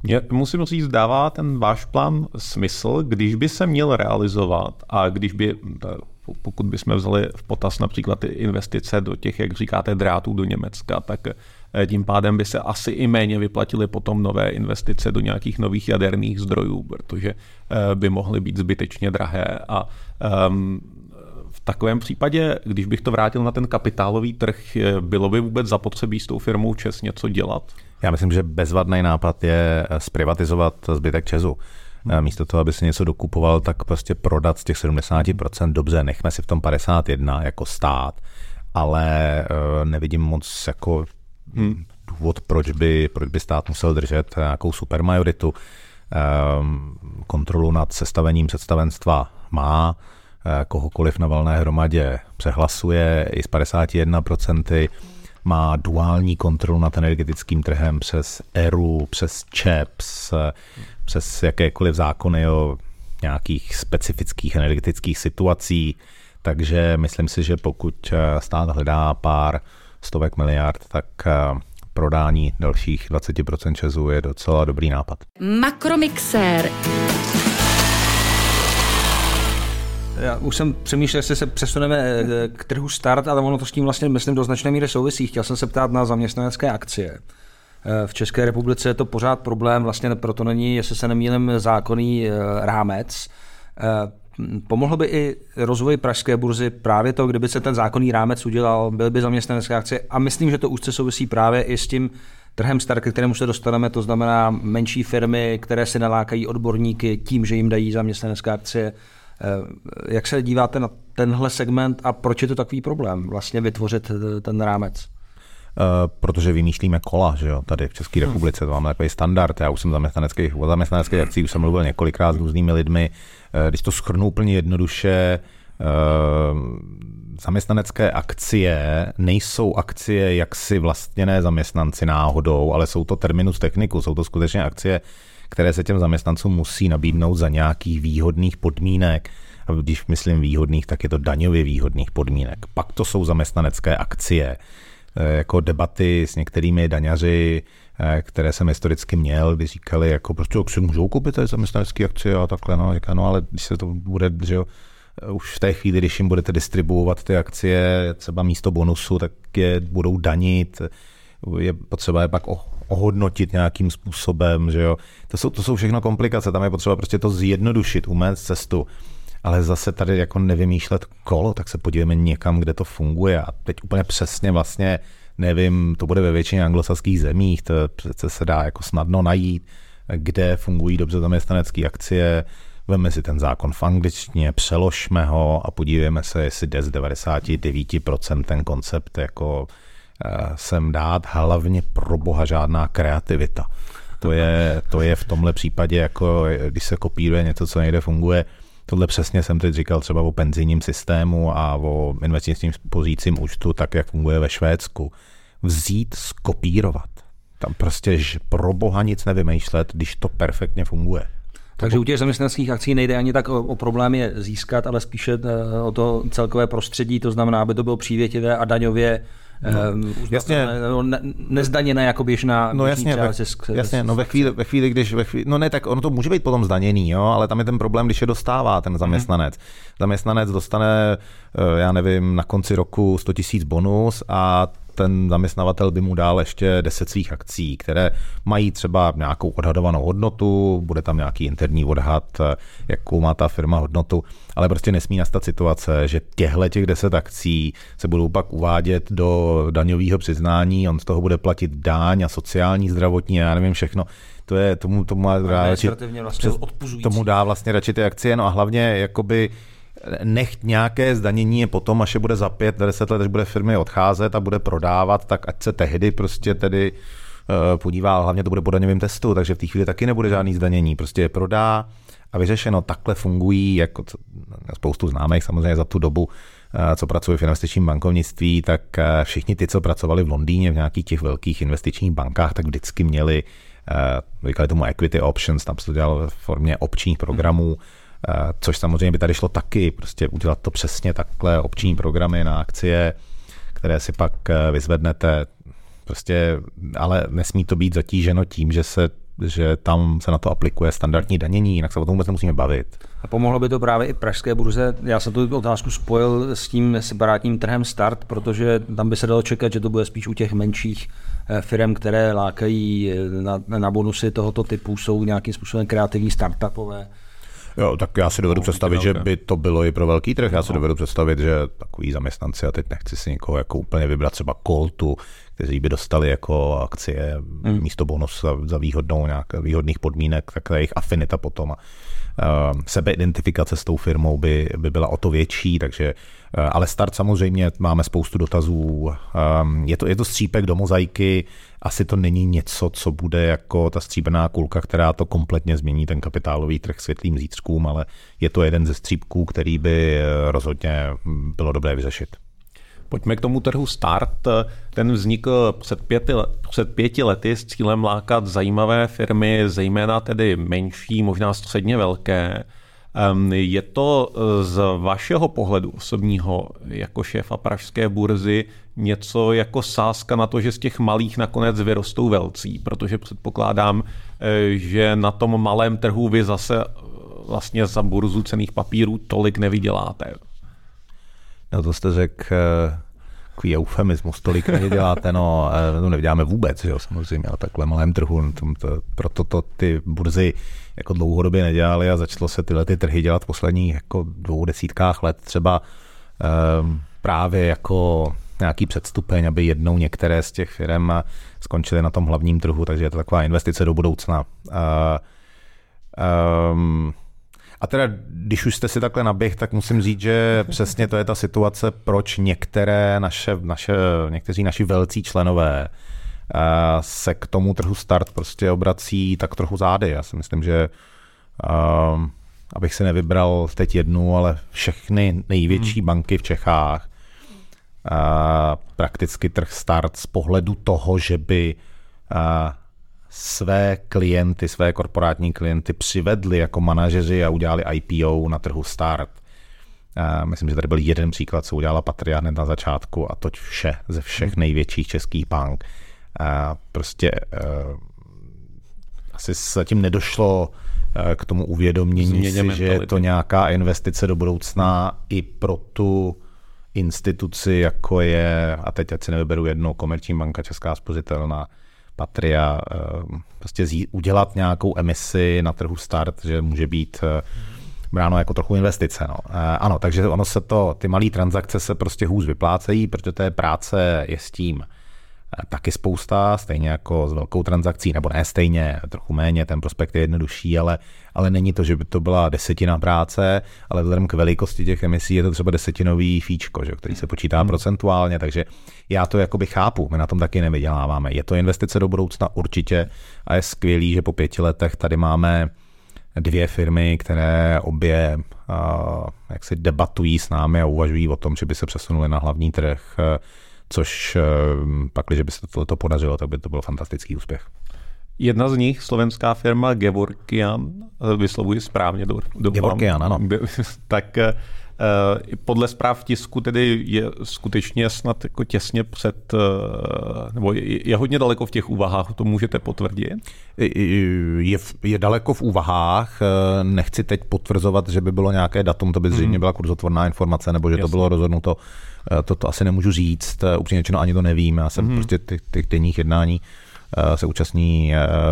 Musím říct, dává ten váš plán smysl, když by se měl realizovat a pokud bychom vzali v potaz například ty investice do těch, jak říkáte, drátů do Německa, tak tím pádem by se asi i méně vyplatily potom nové investice do nějakých nových jaderných zdrojů, protože by mohly být zbytečně drahé a v takovém případě, když bych to vrátil na ten kapitálový trh, bylo by vůbec zapotřebí s tou firmou ČEZ něco dělat? Já myslím, že bezvadný nápad je zprivatizovat zbytek ČEZu. Místo toho, aby se něco dokupoval, tak prostě prodat z těch 70%, dobře, nechme si v tom 51% jako stát, ale nevidím moc jako důvod, proč by stát musel držet nějakou supermajoritu. Kontrolu nad sestavením představenstva má, kohokoliv na valné hromadě přehlasuje i z 51%, má duální kontrolu nad energetickým trhem přes ERU, přes ČEPS, přes jakékoliv zákony o nějakých specifických energetických situací. Takže myslím si, že pokud stát hledá pár stovek miliard, tak prodání dalších 20% ČEZu je docela dobrý nápad. Makromixér. Já už jsem přemýšlel, jestli se přesuneme k trhu start, ale ono to s tím vlastně, myslím, do značné míry souvisí. Chtěl jsem se ptát na zaměstnanecké akcie. V České republice je to pořád problém, vlastně proto není, jestli se nemýlím, zákonný rámec. Pomohl by i rozvoj pražské burzy právě to, kdyby se ten zákonný rámec udělal, byly by zaměstnanecké akcie a myslím, že to úzce souvisí právě i s tím trhem start, ke kterému se dostaneme, to znamená menší firmy, které si nalákají odborníky tím, že jim dají zaměstnanecké akcie. Jak se díváte na tenhle segment a proč je to takový problém vlastně vytvořit ten rámec? Protože vymýšlíme kola, že jo, tady v České republice, to máme takový standard, já už jsem o zaměstnaneckých akcích už jsem mluvil několikrát s různými lidmi, když to shrnu úplně jednoduše, zaměstnanecké akcie nejsou akcie jaksi vlastněné zaměstnanci náhodou, ale jsou to terminus technicus, jsou to skutečně akcie, které se těm zaměstnancům musí nabídnout za nějakých výhodných podmínek. A když myslím výhodných, tak je to daňově výhodných podmínek. Pak to jsou zaměstnanecké akcie. Jako debaty s některými daňaři, které jsem historicky měl, kdy říkali, jako prostě si můžou koupit tady zaměstnanecké akcie a takhle, no, říká, no ale když se to bude, že jo, už v té chvíli, když jim budete distribuovat ty akcie, třeba místo bonusu, tak je budou danit, je potřeba je pak ohodnotit nějakým způsobem, že jo. To jsou všechno komplikace, tam je potřeba prostě to zjednodušit, umést cestu. Ale zase tady jako nevymýšlet kolo, tak se podívejme někam, kde to funguje. A teď úplně přesně vlastně, nevím, to bude ve většině anglosaských zemích, to přece se dá jako snadno najít, kde fungují dobře zaměstnanecké akcie. Veme si ten zákon v angličtině, přeložme ho a podívejme se, jestli jde z 99% ten koncept jako sem dát, hlavně pro boha žádná kreativita. To je v tomhle případě, jako když se kopíruje něco, co někde funguje. Tohle přesně jsem teď říkal třeba o penzijním systému a o investičním spořícím účtu, tak jak funguje ve Švédsku. Vzít, skopírovat. Tam prostě pro boha nic nevymýšlet, když to perfektně funguje. Takže u těch zaměstnaneckých akcí nejde ani tak o problém je získat, ale spíše o to celkové prostředí, to znamená, aby to bylo přívětivé a daňově nezdaněné jako běžná. No jasně, ve chvíli, no ne, tak ono to může být potom zdaněný, jo, ale tam je ten problém, když je dostává ten zaměstnanec. Zaměstnanec dostane, já nevím, na konci roku 100 000 bonus a ten zaměstnavatel by mu dal ještě 10 svých akcí, které mají třeba nějakou odhadovanou hodnotu, bude tam nějaký interní odhad, jakou má ta firma hodnotu, ale prostě nesmí nastat situace, že těch 10 akcí se budou pak uvádět do daňového přiznání, on z toho bude platit daň a sociální, zdravotní, já nevím všechno. Tomu dá vlastně radši ty akcie, no a hlavně jakoby nechť nějaké zdanění je potom, až je bude za 5-10 let, až bude firmy odcházet a bude prodávat, tak ať se tehdy prostě tedy podívá, hlavně to bude po daňovém testu, takže v té chvíli taky nebude žádný zdanění, prostě je prodá a vyřešeno. Takhle fungují, jako spoustu známých samozřejmě za tu dobu, co pracují v investičním bankovnictví, tak všichni ty, co pracovali v Londýně v nějakých těch velkých investičních bankách, tak vždycky měli, říkali tomu equity options, tam se to dělalo v formě opčních programů, což samozřejmě by tady šlo taky, prostě udělat to přesně takhle, opční programy na akcie, které si pak vyzvednete, prostě, ale nesmí to být zatíženo tím, že se že tam se na to aplikuje standardní danění, jinak se o tom vůbec nemusíme bavit. A pomohlo by to právě i pražské burze. Já jsem tu otázku spojil s tím separátním trhem Start, protože tam by se dalo čekat, že to bude spíš u těch menších firm, které lákají na bonusy tohoto typu, jsou nějakým způsobem kreativní startupové. Jo, tak já si dovedu představit, že by to bylo i pro velký trh. Já si dovedu představit, že takový zaměstnanci, a teď nechci si někoho jako úplně vybrat, třeba Coltu, kteří by dostali jako akcie místo bonus za výhodných podmínek, tak jejich afinita potom a sebeidentifikace s tou firmou by byla o to větší, takže ale Start samozřejmě máme spoustu dotazů. Je to střípek do mozaiky, asi to není něco, co bude jako ta stříbrná kulka, která to kompletně změní ten kapitálový trh světlým zítřkům, ale je to jeden ze střípků, který by rozhodně bylo dobré vyřešit. Pojďme k tomu trhu Start. Ten vznikl před 5 lety s cílem lákat zajímavé firmy, zejména tedy menší, možná středně velké. Je to z vašeho pohledu osobního jako šéfa pražské burzy něco jako sázka na to, že z těch malých nakonec vyrostou velcí, protože předpokládám, že na tom malém trhu vy zase vlastně za burzu cenných papírů tolik nevyděláte. No to jste řekl takový eufemismus, tolik neděláte, to nevyděláme vůbec, jo, samozřejmě, na takhle malém trhu, proto to ty burzy jako dlouhodobě nedělali a začalo se tyhle ty trhy dělat v posledních jako 20 let třeba právě jako nějaký předstupeň, aby jednou některé z těch firm skončily na tom hlavním trhu, takže je to taková investice do budoucna. A teda, když už jste si takhle naběh, tak musím říct, že přesně to je ta situace, proč někteří naši velcí členové se k tomu trhu Start prostě obrací tak trochu zády. Já si myslím, že abych si nevybral teď jednu, ale všechny největší banky v Čechách, prakticky trh Start z pohledu toho, že by své klienty, své korporátní klienty přivedli jako manažeři a udělali IPO na trhu Start. Myslím, že tady byl jeden příklad, co udělala Patria hned na začátku a toť vše ze všech největších českých bank. Prostě asi zatím nedošlo k tomu uvědomění si, že je to nějaká investice do budoucna i pro tu instituci, jako je, a teď ať si nevyberu jednou, Komerční banka, Česká spořitelna, Patria, prostě udělat nějakou emisi na trhu Start, že může být bráno jako trochu investice. No. Ano, takže ty malé transakce se prostě hůř vyplácejí, protože té práce je s tím taky spousta, stejně jako s velkou transakcí, nebo ne stejně, trochu méně, ten prospekt je jednodušší, ale není to, že by to byla 10 práce, ale vzhledem k velikosti těch emisí je to třeba 10nový fíčko, že, který se počítá procentuálně, takže já to jakoby chápu, my na tom taky nevyděláváme. Je to investice do budoucna určitě a je skvělý, že po 5 letech tady máme 2 firmy, které obě jak si debatují s námi a uvažují o tom, že by se přesunuly na hlavní trh, což pak, když by se to podařilo, tak by to byl fantastický úspěch. Jedna z nich, slovenská firma Gevorkian, vyslovuji správně, Gevorkian, ano. Tak podle zpráv tisku tedy je skutečně snad jako těsně před, nebo je hodně daleko v těch úvahách, to můžete potvrdit? Je daleko v úvahách, nechci teď potvrzovat, že by bylo nějaké datum, to by zřejmě byla kurzotvorná informace, nebo že to bylo rozhodnuto, to asi nemůžu říct, upřímně řečeno ani to nevím, já jsem prostě těch denních jednání se účastní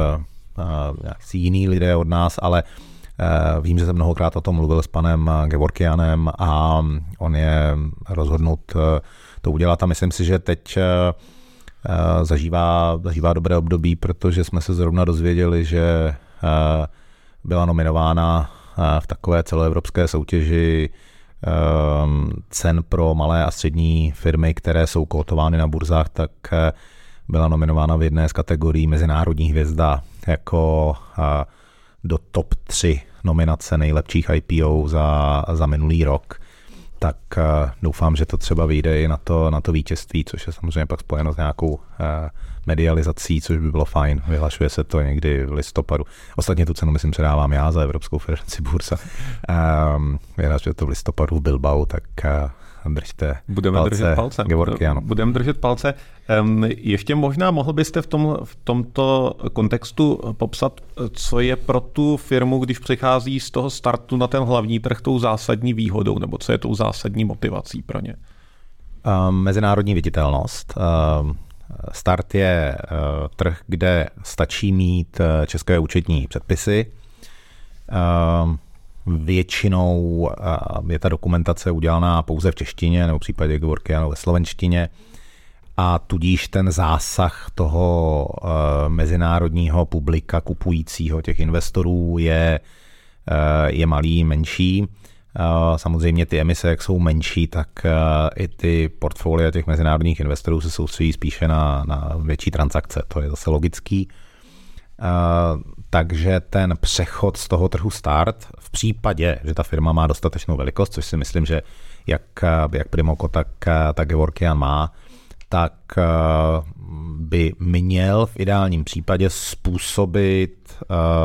jiní lidé od nás, ale vím, že jsem mnohokrát o tom mluvil s panem Gevorkianem a on je rozhodnut to udělat a myslím si, že teď zažívá dobré období, protože jsme se zrovna dozvěděli, že byla nominována v takové celoevropské soutěži cen pro malé a střední firmy, které jsou kotovány na burzách, tak byla nominována v jedné z kategorií mezinárodní hvězda jako do top 3 nominace nejlepších IPO za minulý rok. Tak doufám, že to třeba vyjde i na to vítězství, což je samozřejmě pak spojeno s nějakou medializací, což by bylo fajn. Vyhlašuje se to někdy v listopadu. Ostatně tu cenu, myslím, předávám já za Evropskou federaci bursa. Vyhlašuje to v listopadu v Bilbao, tak držte Budeme držet palce. Gevorkyan. Budeme držet palce. Ještě možná mohl byste v tomto kontextu popsat, co je pro tu firmu, když přichází z toho startu na ten hlavní trh, tou zásadní výhodou, nebo co je tou zásadní motivací pro ně? Mezinárodní viditelnost. Start je trh, kde stačí mít české účetní předpisy. Většinou je ta dokumentace udělaná pouze v češtině nebo v případě Gevorkyanu ve slovenštině a tudíž ten zásah toho mezinárodního publika kupujícího těch investorů je malý, menší. Samozřejmě ty emise, jak jsou menší, tak i ty portfolia těch mezinárodních investorů se soustředí spíše na větší transakce. To je zase logický. Takže ten přechod z toho trhu start v případě, že ta firma má dostatečnou velikost, což si myslím, že jak Primoko, tak Gevorkyan má, tak by měl v ideálním případě způsobit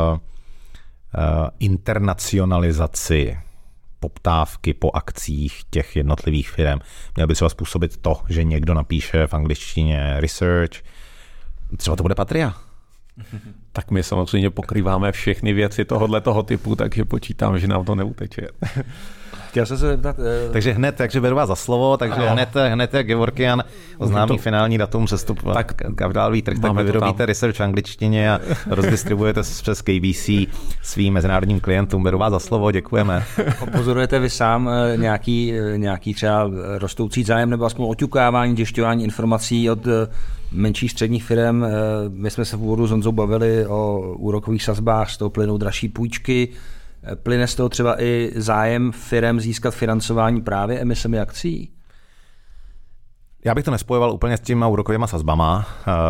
internacionalizaci poptávky po akcích těch jednotlivých firm. Měl by třeba způsobit to, že někdo napíše v angličtině research, třeba to bude Patria. Tak my samozřejmě pokrýváme všechny věci tohoto typu, takže počítám, že nám to neuteče. Chtěl jsem se zeptat... Takže beru vás za slovo, takže hned jak Gevorkyan oznámí finální datum přestupu na kapitálový trh, tak vy vyrobíte research v angličtině a rozdistribujete přes KBC svým mezinárodním klientům. Beru vás za slovo, děkujeme. Pozorujete vy sám nějaký třeba rostoucí zájem nebo aspoň oťukávání, zjišťování informací od menších středních firm? My jsme se v úvodu s Honzou bavili o úrokových sazbách, z toho plynou dražší půjčky. Plyne z toho třeba i zájem firem získat financování právě emisemi akcí? Já bych to nespojoval úplně s těma úrokovýma sazbama.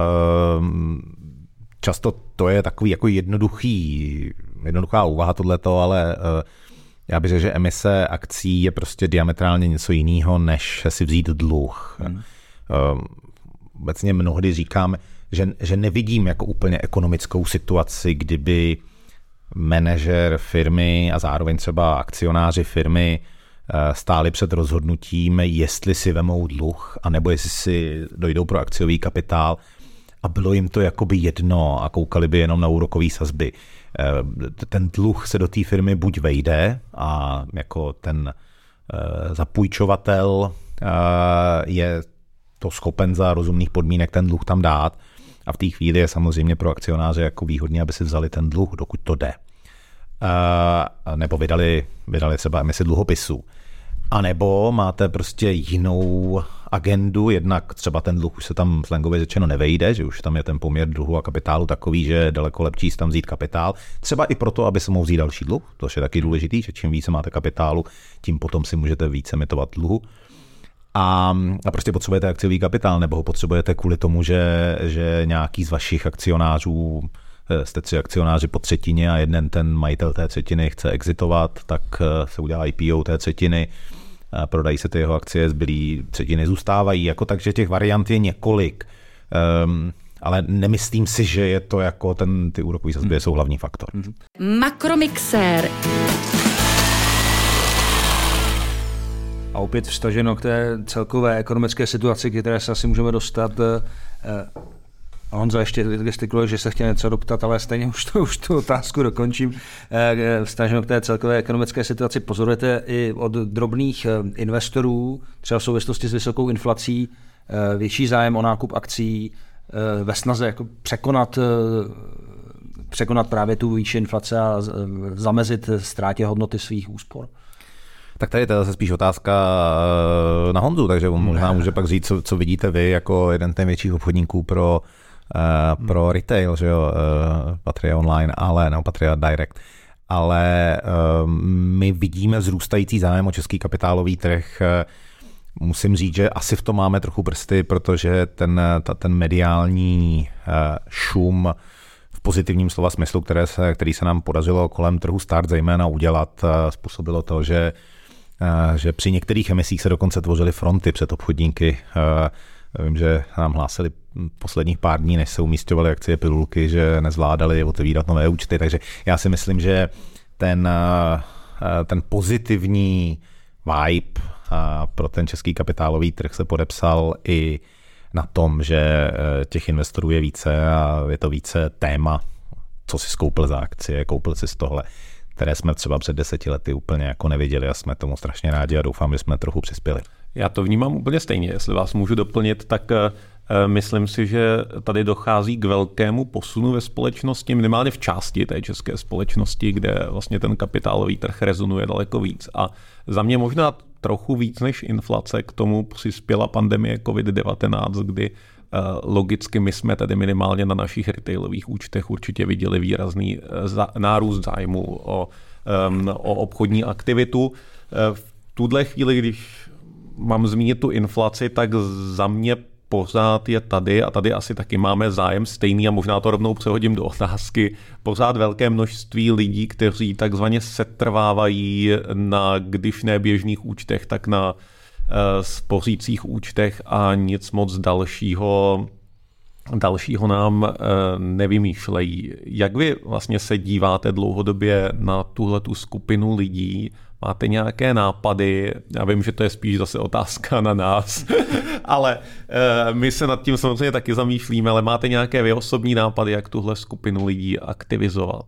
Často to je takový jako jednoduchá úvaha tohleto, ale já bych řekl, že emise akcí je prostě diametrálně něco jiného, než si vzít dluh. Obecně mnohdy říkám, že nevidím jako úplně ekonomickou situaci, kdyby manažer firmy a zároveň třeba akcionáři firmy stáli před rozhodnutím, jestli si vemou dluh, anebo jestli si dojdou pro akciový kapitál a bylo jim to jakoby jedno a koukali by jenom na úrokový sazby. Ten dluh se do té firmy buď vejde a jako ten zapůjčovatel je to schopen za rozumných podmínek ten dluh tam dát a v té chvíli je samozřejmě pro akcionáře jako výhodný, aby si vzali ten dluh, dokud to jde. Nebo vydali třeba emisi dluhopisů. A nebo máte prostě jinou agendu, jednak třeba ten dluh už se tam slangově řečeno nevejde, že už tam je ten poměr dluhu a kapitálu takový, že je daleko lepší si tam vzít kapitál. Třeba i proto, aby se mohl vzít další dluh, to je taky důležitý, že čím více máte kapitálu, tím potom si můžete více emitovat dluhu. A prostě potřebujete akciový kapitál, nebo ho potřebujete kvůli tomu, že nějaký z vašich akcionářů, jste 3 akcionáři po třetině a jeden ten majitel té třetiny chce exitovat, tak se udělá IPO té třetiny, prodají se ty jeho akcie, zbylý třetiny zůstávají, jako takže těch variant je několik. Ale nemyslím si, že je to jako ty úrokové sazby jsou hlavní faktor. Makromixér. A opět vztaženo k té celkové ekonomické situaci, které se asi můžeme dostat. Honza ještě gestikuluje, že se chtěl něco doptat, ale stejně už tu otázku dokončím. Vztaženo k té celkové ekonomické situaci pozorujete i od drobných investorů, třeba v souvislosti s vysokou inflací, větší zájem o nákup akcí ve snaze jako překonat právě tu výši inflace a zamezit ztrátě hodnoty svých úspor? Tak tady to je zase spíš otázka na Honzu, takže on možná může pak říct, co vidíte vy jako jeden z největších obchodníků pro retail, že jo, Patria Online, nebo Patria Direct. Ale my vidíme vzrůstající zájem o český kapitálový trh. Musím říct, že asi v tom máme trochu prsty, protože ten mediální šum v pozitivním slova smyslu, který se nám podařilo kolem trhu start zejména udělat, způsobilo to, že při některých emisích se dokonce tvořily fronty před obchodníky. Vím, že nám hlásili posledních pár dní, než se umísťovaly akcie pilulky, že nezvládali otevírat nové účty, takže já si myslím, že ten pozitivní vibe pro ten český kapitálový trh se podepsal i na tom, že těch investorů je více a je to více téma, co si skoupil za akcie, koupil si z tohle, které jsme třeba před 10 lety úplně jako neviděli a jsme tomu strašně rádi a doufám, že jsme trochu přispěli. Já to vnímám úplně stejně, jestli vás můžu doplnit, tak myslím si, že tady dochází k velkému posunu ve společnosti, minimálně v části té české společnosti, kde vlastně ten kapitálový trh rezonuje daleko víc. A za mě možná trochu víc než inflace k tomu přispěla pandemie COVID-19, kdy logicky my jsme tady minimálně na našich retailových účtech určitě viděli výrazný nárůst zájmu o obchodní aktivitu. V tuhle chvíli, když mám zmínit tu inflaci, tak za mě pořád je tady, a tady asi taky máme zájem stejný a možná to rovnou přehodím do otázky, pořád velké množství lidí, kteří takzvaně setrvávají na, když ne běžných účtech, tak na spořících účtech a nic moc dalšího nám nevymýšlejí. Jak vy vlastně se díváte dlouhodobě na tuhletu skupinu lidí? Máte nějaké nápady? Já vím, že to je spíš zase otázka na nás, ale my se nad tím samozřejmě taky zamýšlíme, ale máte nějaké vy osobní nápady, jak tuhle skupinu lidí aktivizovat?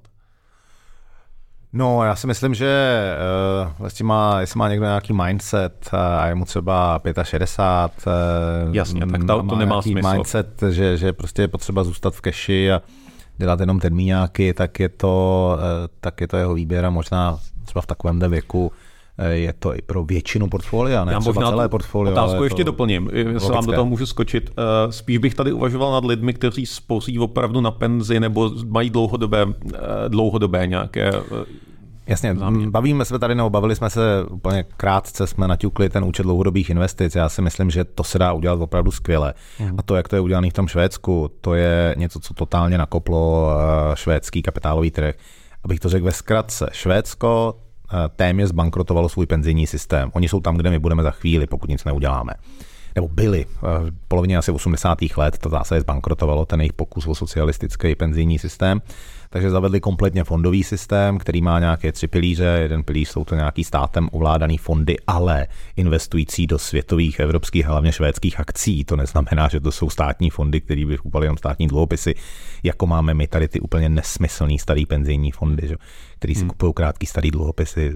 No, já si myslím, že jestli má někdo nějaký mindset a je mu třeba 65, jasně, tak to nemá smysl. Mindset, že prostě je potřeba zůstat v keši a dělat jenom termíňáky, tak je to jeho výběr a možná třeba v takovémhle věku je to i pro většinu portfolia, ne třeba celé portfolio. Otázku ještě doplním, jestli vám do toho můžu skočit. Spíš bych tady uvažoval nad lidmi, kteří spoří opravdu na penzi nebo mají dlouhodobé nějaké... Jasně, bavili jsme se úplně krátce, jsme naťukli ten účet dlouhodobých investic. Já si myslím, že to se dá udělat opravdu skvěle. A to, jak to je udělané v tom Švédsku, to je něco, co totálně nakoplo švédský kapitálový trh. Abych to řekl ve zkratce, Švédsko téměř zbankrotovalo svůj penzijní systém. Oni jsou tam, kde my budeme za chvíli, pokud nic neuděláme. Nebo byli v polovině asi 80. let, to zase zbankrotovalo ten jejich pokus o socialistický penzijní systém. Takže zavedli kompletně fondový systém, který má nějaké 3 pilíře. Jeden pilíř jsou to nějaký státem ovládaný fondy, ale investující do světových, evropských, hlavně švédských akcí. To neznamená, že to jsou státní fondy, které by kupovaly jenom státní dluhopisy, jako máme my tady ty úplně nesmyslný starý penzijní fondy, že? Který si kupují krátký starý dluhopisy.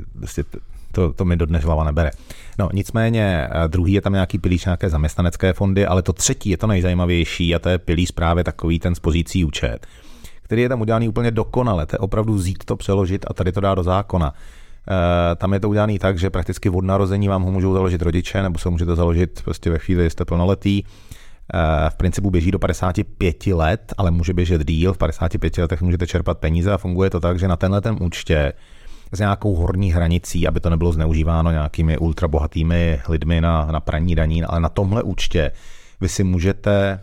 To mi dodnes hlava nebere. No, nicméně druhý je tam nějaký pilíř, nějaké zaměstnanecké fondy, ale to třetí je to nejzajímavější a to je pilíř právě takový ten spořící účet, který je tam udělaný úplně dokonale. To je opravdu vzít to, přeložit a tady to dá do zákona. Tam je to udělaný tak, že prakticky od narození vám ho můžou založit rodiče, nebo se ho můžete založit prostě ve chvíli, jste plnoletý. V principu běží do 55 let, ale může běžet díl. V 55 letech můžete čerpat peníze a funguje to tak, že na tenhle účtě s nějakou horní hranicí, aby to nebylo zneužíváno nějakými ultrabohatými lidmi na praní daní, ale na tomhle účtě vy si můžete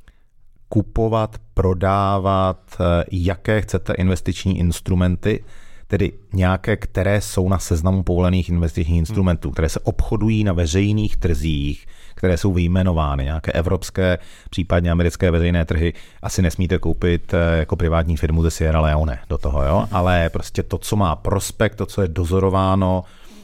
kupovat, prodávat, jaké chcete investiční instrumenty, tedy nějaké, které jsou na seznamu povolených investičních instrumentů, které se obchodují na veřejných trzích, které jsou vyjmenovány, nějaké evropské, případně americké veřejné trhy. Asi nesmíte koupit jako privátní firmu ze Sierra Leone do toho, jo? Ale prostě to, co má prospekt, to, co je dozorováno,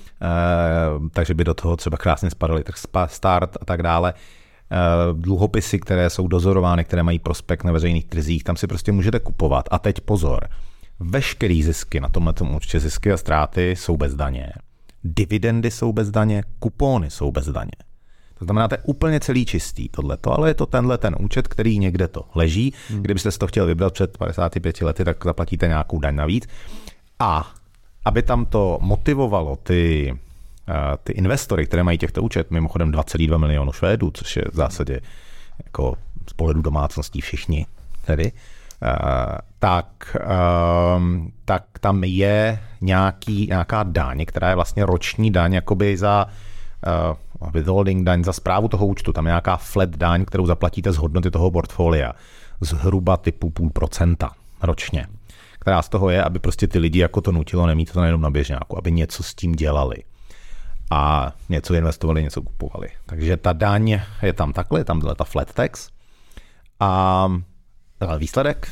takže by do toho třeba krásně spadaly trh Start a tak dále. Dluhopisy, které jsou dozorovány, které mají prospekt na veřejných trzích, tam si prostě můžete kupovat. A teď pozor, veškerý zisky na tomhletom účtě, zisky a ztráty jsou bez daně. Dividendy jsou bez daně, kupóny jsou bez daně. To znamená, to je úplně celý čistý tohleto, ale je to tenhle ten účet, který někde to leží. Kdybyste si to chtěli vybrat před 55 lety, tak zaplatíte nějakou daň navíc. A aby tam to motivovalo ty investory, které mají těchto účet, mimochodem 2,2 milionu Švédů, což je v zásadě jako z pohledu domácností všichni tedy, tak tam je nějaká daň, která je vlastně roční daň, jakoby za withholding daň, za správu toho účtu. Tam je nějaká flat daň, kterou zaplatíte z hodnoty toho portfolia. Zhruba typu 0,5% ročně. Která z toho je, aby prostě ty lidi jako to nutilo nemít to nejenom na běžňáku, aby něco s tím dělali. A něco investovali, něco kupovali. Takže ta daň je tam takhle, je tam ta flat tax. A výsledek?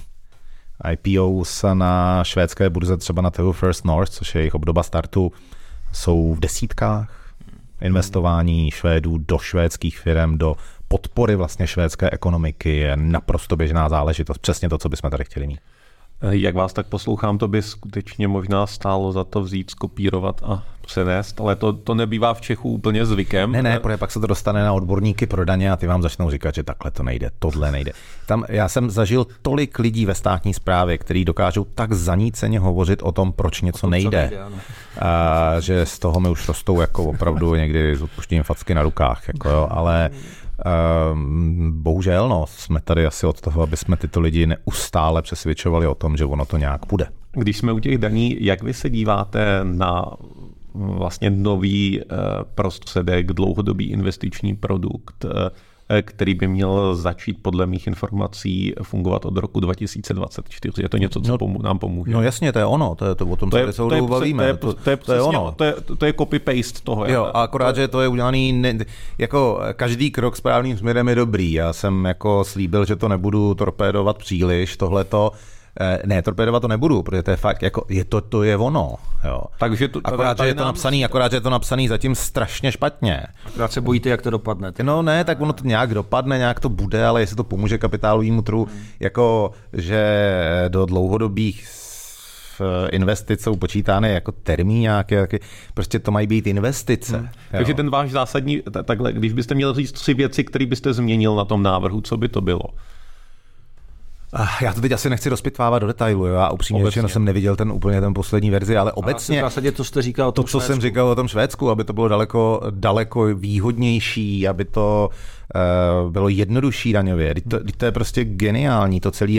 IPOs na švédské burze, třeba na trhu First North, což je jejich obdoba startu, jsou v desítkách, Investování Švédů do švédských firm, do podpory vlastně švédské ekonomiky je naprosto běžná záležitost. Přesně to, co bychom tady chtěli mít. Jak vás tak poslouchám, to by skutečně možná stálo za to vzít, skopírovat a přenést, ale to nebývá v Čechu úplně zvykem. Ne, protože pak se to dostane na odborníky pro daně a ty vám začnou říkat, že takhle to nejde, tohle nejde. Já jsem zažil tolik lidí ve státní správě, kteří dokážou tak zaníceně hovořit o tom, proč něco nejde, že z toho mi už rostou jako opravdu někdy s odpuštěním facky na rukách, jako jo, ale bohužel, jsme tady asi od toho, aby jsme tyto lidi neustále přesvědčovali o tom, že ono to nějak půjde. Když jsme u těch daní, jak vy se díváte na vlastně nový prostředek, dlouhodobý investiční produkt, který by měl začít podle mých informací fungovat od roku 2024. Je to něco, co nám pomůže? No jasně, to je ono, to o tom se celou bavíme. To je ono. To je copy-paste toho. Jo, a akorát, že to je udělaný, jako každý krok správným směrem je dobrý. Já jsem jako slíbil, že to nebudu torpédovat příliš, tohleto. Ne, torpédovat to nebudu, protože to je fakt, jako to je ono. Jo. Takže akorát, že je to napsaný zatím strašně špatně. Akorát se bojíte, jak to dopadne. No ne, tak ono to nějak dopadne, nějak to bude, ale jestli to pomůže kapitálovému trhu, jako že do dlouhodobých investic jsou počítány jako termín nějaké, prostě to mají být investice. Takže ten váš zásadní, takhle, když byste měl říct 3 věci, které byste změnil na tom návrhu, co by to bylo? Já to teď asi nechci rozpitvávat do detailu, jo? Já upřímně řečeno jsem neviděl ten poslední verzi, ale obecně v zásadě to jste říkal o tom co jsem říkal o tom Švédsku, aby to bylo daleko výhodnější, aby to bylo jednodušší daňově. To je prostě geniální, to celý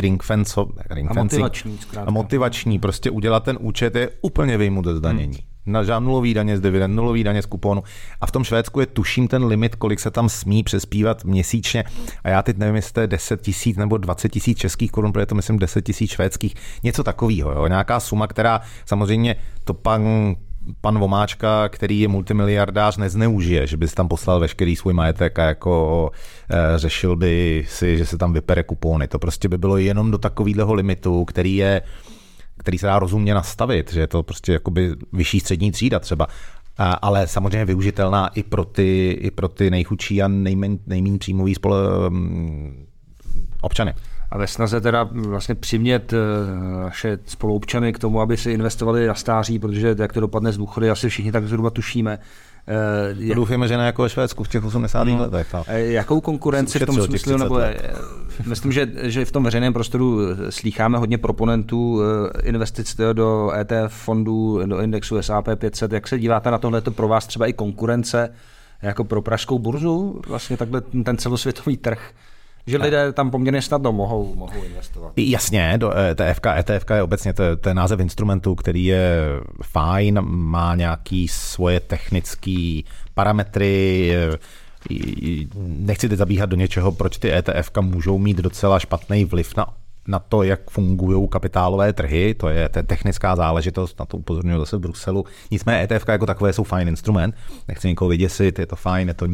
motivační, prostě udělat ten účet je úplně vyjmut ze zdanění. Na nulový daně z dividend, nulový daně z kuponu. A v tom Švédsku je tuším ten limit, kolik se tam smí přespívat měsíčně. A já teď nevím, jestli to je 10 000 nebo 20 000 českých korun, protože to myslím 10 000 švédských, něco takového. Jo? Nějaká suma, která samozřejmě to pan Vomáčka, který je multimiliardář, nezneužije, že by si tam poslal veškerý svůj majetek a jako řešil by si, že se tam vypere kupony. To prostě by bylo jenom do takového limitu, který se dá rozumně nastavit, že je to prostě jakoby vyšší střední třída třeba, ale samozřejmě využitelná i pro ty nejchudší a nejméně příjmový občany. A ve snaze teda vlastně přimět naše spoluobčany k tomu, aby si investovali na stáří, protože jak to dopadne z důchody, asi všichni tak zhruba tušíme. Doufujeme, že ne jako ve Švédsku v těch 80. letech. Jakou konkurenci v tom smyslu, nebo myslím, že v tom veřejném prostoru slýcháme hodně proponentů investic do ETF fondů, do indexu S&P 500. Jak se díváte na tohle, to pro vás třeba i konkurence jako pro pražskou burzu, vlastně takhle ten celosvětový trh? Že lidé tam poměrně snadno mohou investovat. Jasně, do ETF je obecně to je název instrumentu, který je fajn, má nějaký svoje technické parametry. Nechci teď zabíhat do něčeho, proč ty ETF můžou mít docela špatný vliv na to, jak fungují kapitálové trhy, to je technická záležitost, na to upozorňuji zase v Bruselu. Nicméně ETF jako takové jsou fajn instrument, nechci nikoho vyděsit, je to fajn, je to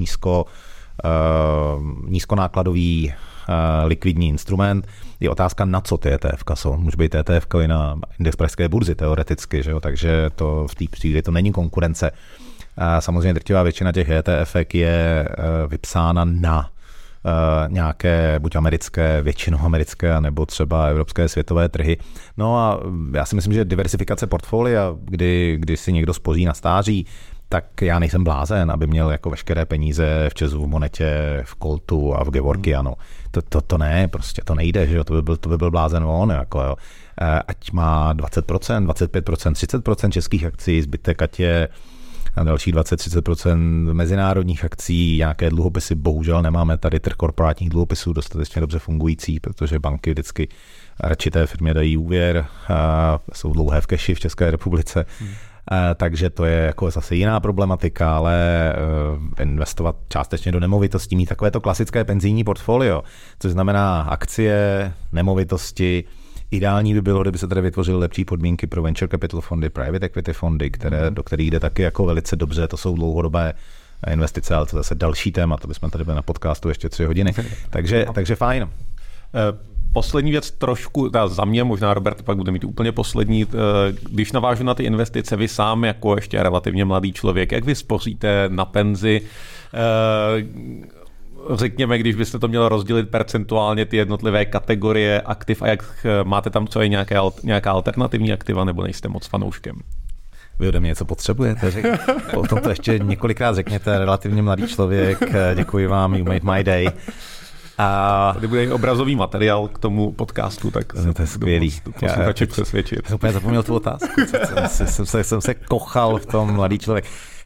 nízkonákladový likvidní instrument. Je otázka, na co ty ETF jsou. Může být ETF i na index pražské burzy teoreticky, že jo? Takže to v té přírodě to není konkurence. Samozřejmě drtivá většina těch ETF je vypsána na nějaké buď většinou americké, nebo třeba evropské světové trhy. No a já si myslím, že diversifikace portfolia, kdy si někdo spoří na stáří, tak já nejsem blázen, aby měl jako veškeré peníze v Česu, v Monetě, v Coltu a v Gevorkianu. To ne, prostě to nejde, že jo? To by byl blázen on, jako jo. Ať má 20%, 25%, 30% českých akcí, zbytek ať je na dalších 20-30% mezinárodních akcí, nějaké dluhopisy, bohužel nemáme tady trh korporátních dluhopisů dostatečně dobře fungující, protože banky vždycky radši té firmě dají úvěr, jsou dlouhé v keši v České republice. Takže to je jako zase jiná problematika, ale investovat částečně do nemovitostí, mít takovéto klasické penzijní portfolio, což znamená akcie, nemovitosti. Ideální by bylo, kdyby se tady vytvořily lepší podmínky pro venture capital fondy, private equity fondy, do kterých jde taky jako velice dobře, to jsou dlouhodobé investice, ale to zase další téma, to bychom tady byli na podcastu ještě 3 hodiny. Takže fajn. poslední věc trošku, za mě, možná Robert pak bude mít úplně poslední, když navážu na ty investice, vy sám jako ještě relativně mladý člověk, jak vy spoříte na penzi, řekněme, když byste to mělo rozdělit percentuálně ty jednotlivé kategorie aktiv a jak máte tam co je nějaká alternativní aktiva, nebo nejste moc fanouškem? Vy ode mě něco potřebujete? Potom to ještě několikrát řekněte, relativně mladý člověk, děkuji vám, you made my day. A tady bude obrazový materiál k tomu podcastu, tak to je skvělý. Posluchače přesvědčit. Já jsem úplně zapomněl tu otázku. jsem se kochal v tom mladý člověk.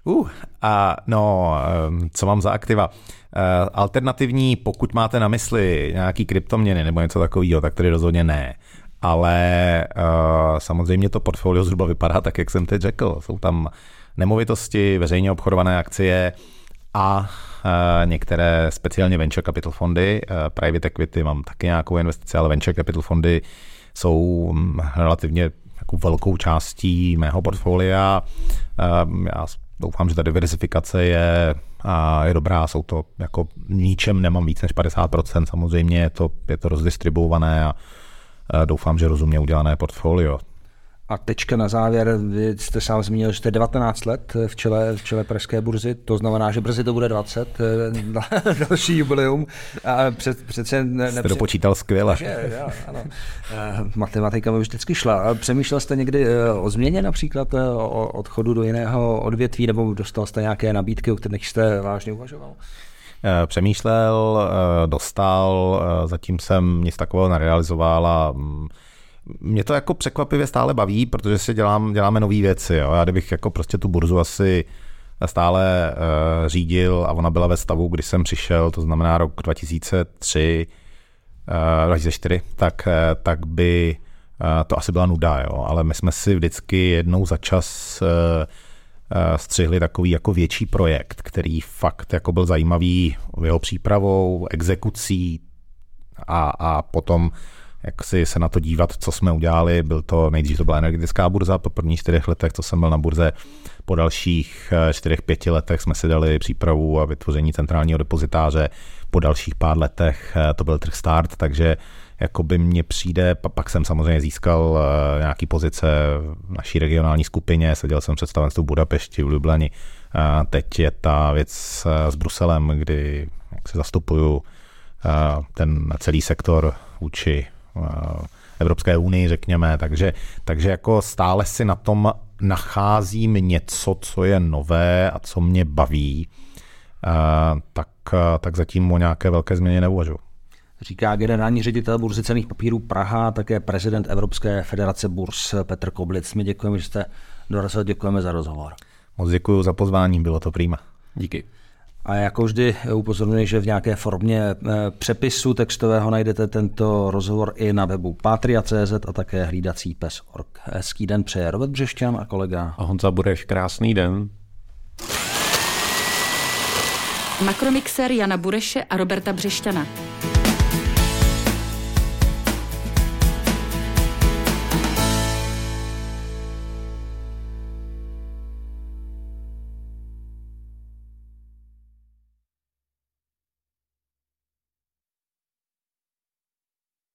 Co mám za aktiva? Alternativní, pokud máte na mysli nějaký kryptoměny nebo něco takového, tak tady rozhodně ne. Ale samozřejmě to portfolio zhruba vypadá tak, jak jsem teď řekl. Jsou tam nemovitosti, veřejně obchodované akcie a některé speciálně venture capital fondy. Private equity mám taky nějakou investici, ale venture capital fondy jsou relativně jako velkou částí mého portfolia. Já doufám, že ta diversifikace je dobrá, jsou to jako ničem nemám víc než 50%, samozřejmě je to rozdistribuované a doufám, že rozumně udělané portfolio. A tečka na závěr, vy jste sám zmínil, že jste 19 let v čele pražské burzy, to znamená, že brzy to bude 20, další jubileum. A přece jste dopočítal skvěle. Ano. Matematika mi už vždycky šla. Přemýšlel jste někdy o změně, například o odchodu do jiného odvětví, nebo dostal jste nějaké nabídky, o kterých jste vážně uvažoval? Přemýšlel, dostal, zatím jsem nic takového nerealizoval a mě to jako překvapivě stále baví, protože si děláme nové věci. Jo. Já kdybych jako prostě tu burzu asi stále řídil a ona byla ve stavu, kdy jsem přišel, to znamená rok 2004, tak by to asi byla nuda. Jo. Ale my jsme si vždycky jednou za čas střihli takový jako větší projekt, který fakt jako byl zajímavý jeho přípravou, exekucí a potom jak si se na to dívat, co jsme udělali. Nejdřív to byla energetická burza, po prvních 4 letech, co jsem byl na burze, po dalších 4-5 letech jsme si dali přípravu a vytvoření centrálního depozitáře, po dalších pár letech to byl trh Start, takže jakoby mně přijde, pak jsem samozřejmě získal nějaký pozice v naší regionální skupině, seděl jsem představenstvu v Budapešti, v Lublani, teď je ta věc s Bruselem, kdy jak se zastupuju ten celý sektor vůči Evropské unii, řekněme, takže jako stále si na tom nacházím něco, co je nové a co mě baví, tak zatím o nějaké velké změně neuvažuji. Říká generální ředitel burzy cenných papírů Praha, také prezident Evropské federace burz Petr Koblic. My děkujeme, že jste dorazil, děkujeme za rozhovor. Moc děkuji za pozvání, bylo to prima. Díky. A jako vždy upozorňuji, že v nějaké formě přepisu textového najdete tento rozhovor i na webu patria.cz a také hlídací pes.org. Hezký den přeje Robert Břešťan a kolega a Honza Bureš. Krásný den. Makromixer Jana Bureše a Roberta Břešťana.